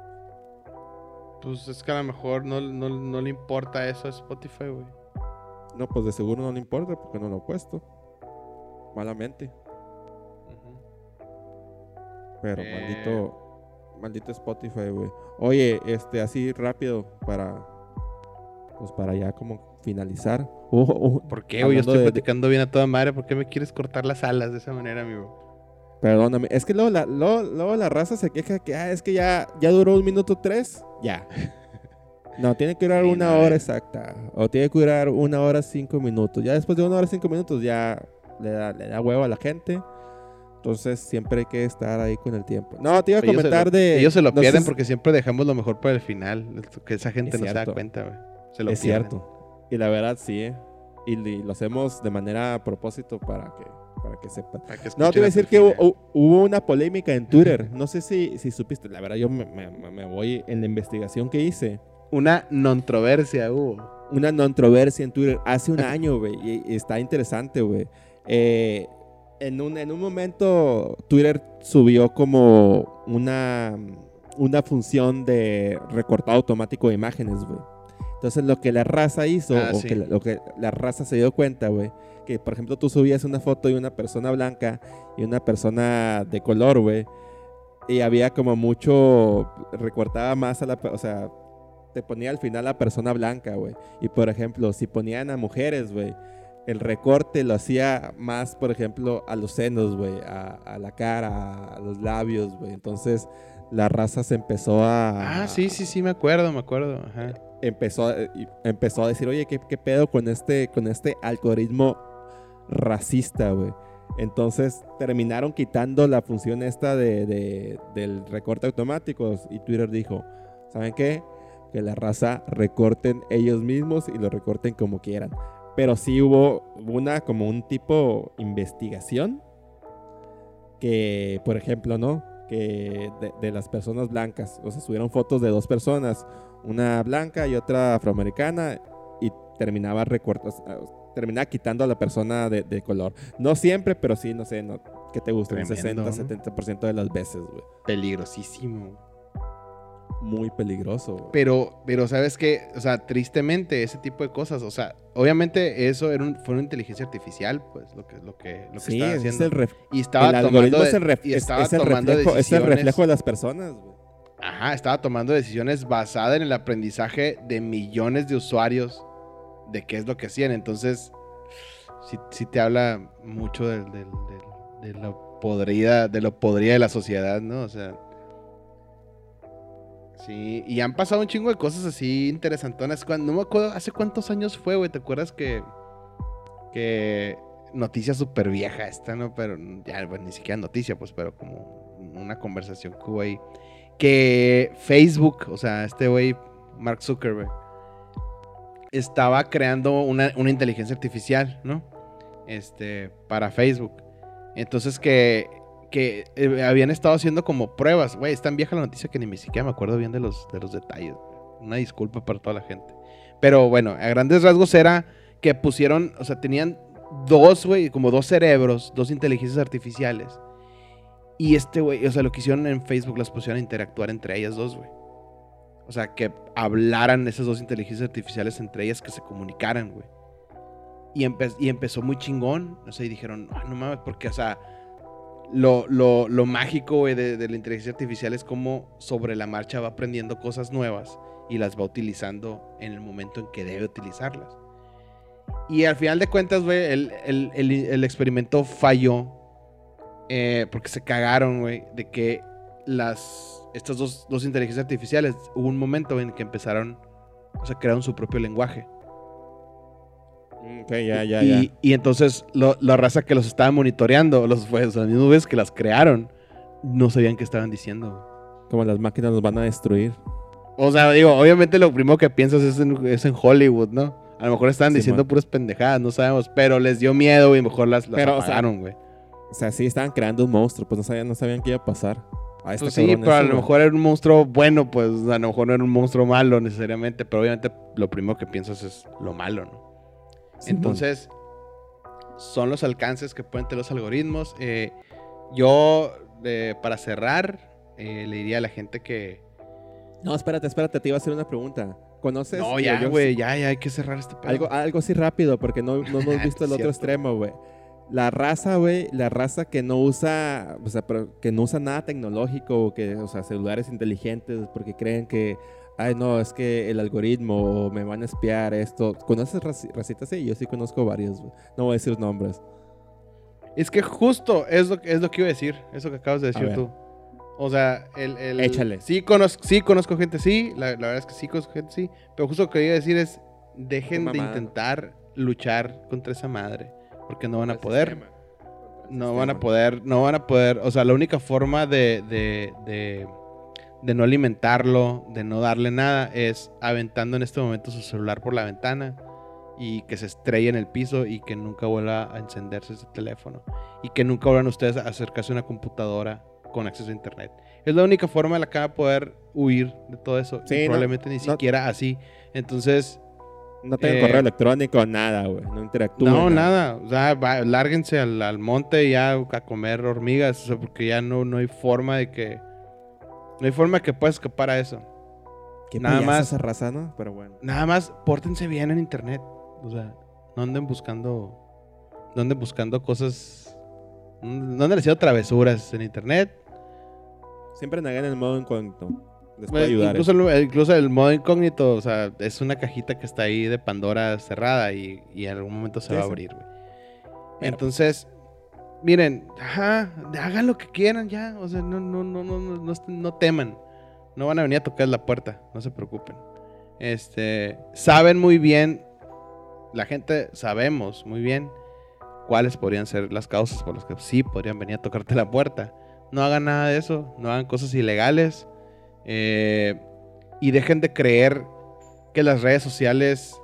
Pues es que a lo mejor no le importa eso a Spotify, güey. No, pues de seguro no le importa porque no lo he puesto. Malamente. Pero maldito Spotify, güey. Oye, así rápido para ya como finalizar. ¿Por qué, güey? Yo Hablando estoy platicando bien a toda madre. ¿Por qué me quieres cortar las alas de esa manera, amigo? Perdóname, es que luego la raza se queja que es que ya duró 1:03. Ya. No, tiene que durar Sí, una no, hora exacta. O tiene que durar 1 hora 5 minutos. Ya después de 1 hora 5 minutos ya le da huevo a la gente. Entonces siempre hay que estar ahí con el tiempo. No, te iba a comentar de... Ellos se lo no sé pierden si- porque siempre dejamos lo mejor para el final. Que esa gente Es no se da cierto. cuenta, güey. Se lo Es pierden. cierto. Y la verdad sí, Y lo hacemos de manera a propósito para que sepan. Para que No, te iba a escuchen decir que hasta el final. hubo una polémica en Twitter. No sé si supiste. La verdad, yo me voy en la investigación que hice. Una controversia hubo. Una controversia en Twitter hace un año, güey. Y está interesante, güey. En un momento, Twitter subió como una función de recortado automático de imágenes, güey. Entonces, lo que la raza hizo, Sí. lo que la raza se dio cuenta, güey, que por ejemplo tú subías una foto de una persona blanca y una persona de color, güey, y había como mucho, recortaba más o sea, te ponía al final la persona blanca, güey. Y por ejemplo, si ponían a mujeres, güey, el recorte lo hacía más, por ejemplo, a los senos, güey, a la cara, a los labios, güey. Entonces, la raza se empezó a... Sí, me acuerdo. Ajá. Empezó a decir, oye, ¿qué pedo con este algoritmo racista, güey? Entonces terminaron quitando la función esta del recorte automático y Twitter dijo, ¿saben qué? Que la raza recorten ellos mismos y lo recorten como quieran. Pero sí hubo como un tipo investigación que, por ejemplo, ¿no? Que de las personas blancas, o sea, subieron fotos de dos personas, una blanca y otra afroamericana, y terminaba quitando a la persona de color. No siempre, pero sí, no sé, ¿qué te gusta? Un 60-70% de las veces, güey. Peligrosísimo. Muy peligroso, güey. Pero ¿sabes qué? O sea, tristemente, ese tipo de cosas, o sea, obviamente eso fue una inteligencia artificial, pues, lo que Sí, estaba es haciendo. y estaba el algoritmo tomando es el reflejo de las personas, güey. Ajá, estaba tomando decisiones basadas en el aprendizaje de millones de usuarios de qué es lo que hacían. Entonces, sí te habla mucho de lo podrida de la sociedad, ¿no? O sea, sí, y han pasado un chingo de cosas así interesantonas. No me acuerdo, ¿hace cuántos años fue, güey? ¿Te acuerdas que noticia súper vieja esta, ¿no? Pero ya, bueno, ni siquiera noticia, pues, pero como una conversación que hubo ahí. Que Facebook, o sea, este güey, Mark Zuckerberg, estaba creando una inteligencia artificial, ¿no? Para Facebook. Entonces que habían estado haciendo como pruebas. Güey, es tan vieja la noticia que ni siquiera me acuerdo bien de los detalles. Una disculpa para toda la gente. Pero bueno, a grandes rasgos era que pusieron, o sea, tenían como dos cerebros, dos inteligencias artificiales. Y güey, o sea, lo que hicieron en Facebook, las pusieron a interactuar entre ellas dos, güey. O sea, que hablaran esas dos inteligencias artificiales entre ellas, que se comunicaran, güey. Y empezó muy chingón. O sea, y dijeron, no mames, porque, o sea, lo mágico, güey, de la inteligencia artificial es como sobre la marcha va aprendiendo cosas nuevas y las va utilizando en el momento en que debe utilizarlas. Y al final de cuentas, güey, el experimento falló. Porque se cagaron, güey, de que estas dos inteligencias artificiales, hubo un momento en que empezaron, o sea, crearon su propio lenguaje. Ok, ya. Y entonces la raza que los estaba monitoreando, los mismos güeyes que las crearon, no sabían qué estaban diciendo, güey. Como las máquinas nos van a destruir. O sea, digo, obviamente lo primero que piensas es en Hollywood, ¿no? A lo mejor estaban diciendo puras pendejadas, no sabemos, pero les dio miedo y mejor las apagaron, güey. O sea, sí estaban creando un monstruo, pues no sabían qué iba a pasar. Pues sí, pero a lo mejor era un monstruo bueno, pues a lo mejor no era un monstruo malo necesariamente, pero obviamente lo primero que piensas es lo malo, ¿no? Sí, entonces, son los alcances que pueden tener los algoritmos. Yo, para cerrar, le diría a la gente que... No, espérate, te iba a hacer una pregunta. ¿Conoces? No, ya, güey, ya hay que cerrar este pedo. Algo así rápido, porque no hemos visto el otro extremo, güey. La raza, güey, que no usa, o sea, que no usa nada tecnológico, o sea, celulares inteligentes, porque creen que, ay, no, es que el algoritmo me van a espiar esto. ¿Conoces racitas? Sí, yo sí conozco varios, güey. No voy a decir nombres. Es que justo es lo que iba a decir, eso que acabas de decir tú. O sea, Échale. Sí conozco gente, sí, la verdad es que sí conozco gente, sí, pero justo lo que iba a decir es, dejen de intentar luchar contra esa madre. Porque no van a poder. No van a poder. O sea, la única forma de no alimentarlo, de no darle nada, es aventando en este momento su celular por la ventana y que se estrelle en el piso y que nunca vuelva a encenderse ese teléfono. Y que nunca vuelvan ustedes a acercarse a una computadora con acceso a internet. Es la única forma en la que van a poder huir de todo eso. Sí, y probablemente ni siquiera así. Entonces... No tengan correo electrónico, nada, güey. No interactúen. No, nada. O sea, lárguense al monte ya a comer hormigas. O sea, porque ya no hay forma de que... No hay forma de que puedas escapar a eso. Qué nada más esa raza, ¿no? Pero bueno. Nada más, pórtense bien en internet. O sea, no anden buscando cosas... No anden haciendo travesuras en internet. Siempre naveguen en el modo incógnito. Les puede ayudar. Incluso el modo incógnito, o sea, es una cajita que está ahí de Pandora cerrada y en algún momento se va a abrir, güey. Entonces, miren, hagan lo que quieran ya. O sea, no teman. No van a venir a tocar la puerta, no se preocupen. Saben muy bien, la gente sabemos muy bien cuáles podrían ser las causas por las que sí podrían venir a tocarte la puerta. No hagan nada de eso, no hagan cosas ilegales y dejen de creer que las redes sociales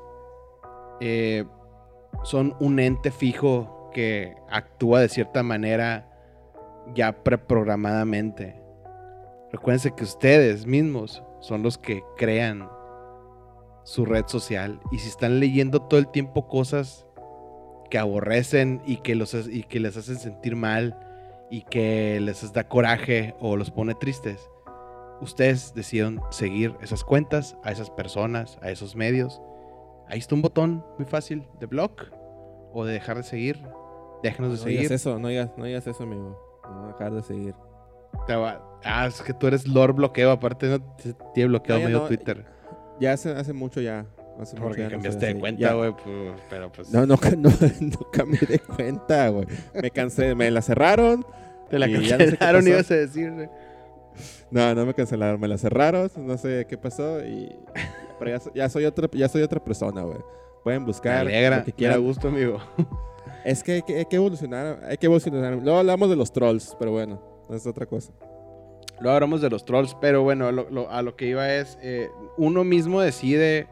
son un ente fijo que actúa de cierta manera ya preprogramadamente. Recuérdense que ustedes mismos son los que crean su red social y si están leyendo todo el tiempo cosas que aborrecen y que les hacen sentir mal y que les da coraje o los pone tristes, ustedes deciden seguir esas cuentas, a esas personas, a esos medios. Ahí está un botón muy fácil de block o de dejar de seguir. Déjenos de seguir. No digas eso, amigo. No voy a dejar de seguir. Es que tú eres Lord Bloqueo, aparte no tiene bloqueado medio Twitter. Ya hace mucho ya. Porque cambiaste de cuenta, güey. Pero pues. No cambié de cuenta, güey. Me cansé, me la cerraron. Te la cancelaron, ibas a decir, güey. No me cancelaron, me la cerraron, no sé qué pasó pero ya soy otra persona, güey. Pueden buscar me alegra, lo que quieran. Me da gusto, amigo. Es que hay que evolucionar, Luego hablamos de los trolls, pero bueno, es otra cosa. Luego hablamos de los trolls, pero bueno, a lo que iba es, uno mismo decide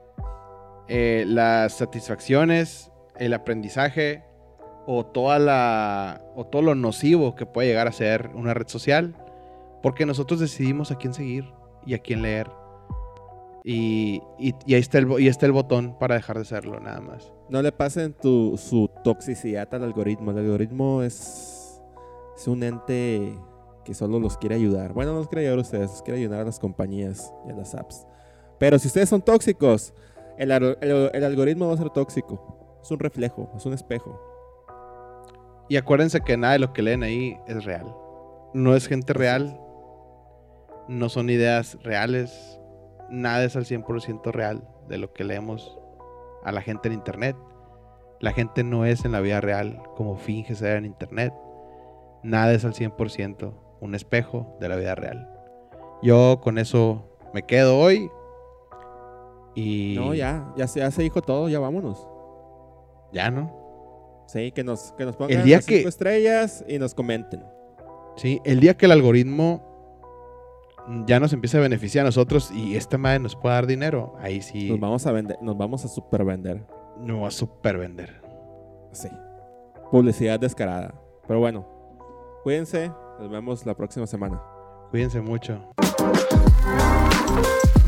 las satisfacciones, el aprendizaje o todo lo nocivo que puede llegar a ser una red social, porque nosotros decidimos a quién seguir y a quién leer. Y ahí está el botón para dejar de serlo, nada más. No le pasen su toxicidad al algoritmo. El algoritmo es un ente que solo los quiere ayudar. Bueno, no los quiere ayudar a ustedes, los quiere ayudar a las compañías y a las apps. Pero si ustedes son tóxicos, el algoritmo va a ser tóxico. Es un reflejo, es un espejo. Y acuérdense que nada de lo que leen ahí es real. No es gente real. No son ideas reales. Nada es al 100% real de lo que leemos a la gente en internet. La gente no es en la vida real como finge ser en internet. Nada es al 100% un espejo de la vida real. Yo con eso me quedo hoy. Y... No, ya se dijo todo, ya vámonos. Ya, ¿no? Sí, que nos pongan el día 5 estrellas y nos comenten. Sí, el día que el algoritmo ya nos empieza a beneficiar a nosotros y esta madre nos puede dar dinero, ahí sí. Nos vamos a vender, nos vamos a super vender. No va a super vender. Sí. Publicidad descarada. Pero bueno, cuídense, nos vemos la próxima semana. Cuídense mucho.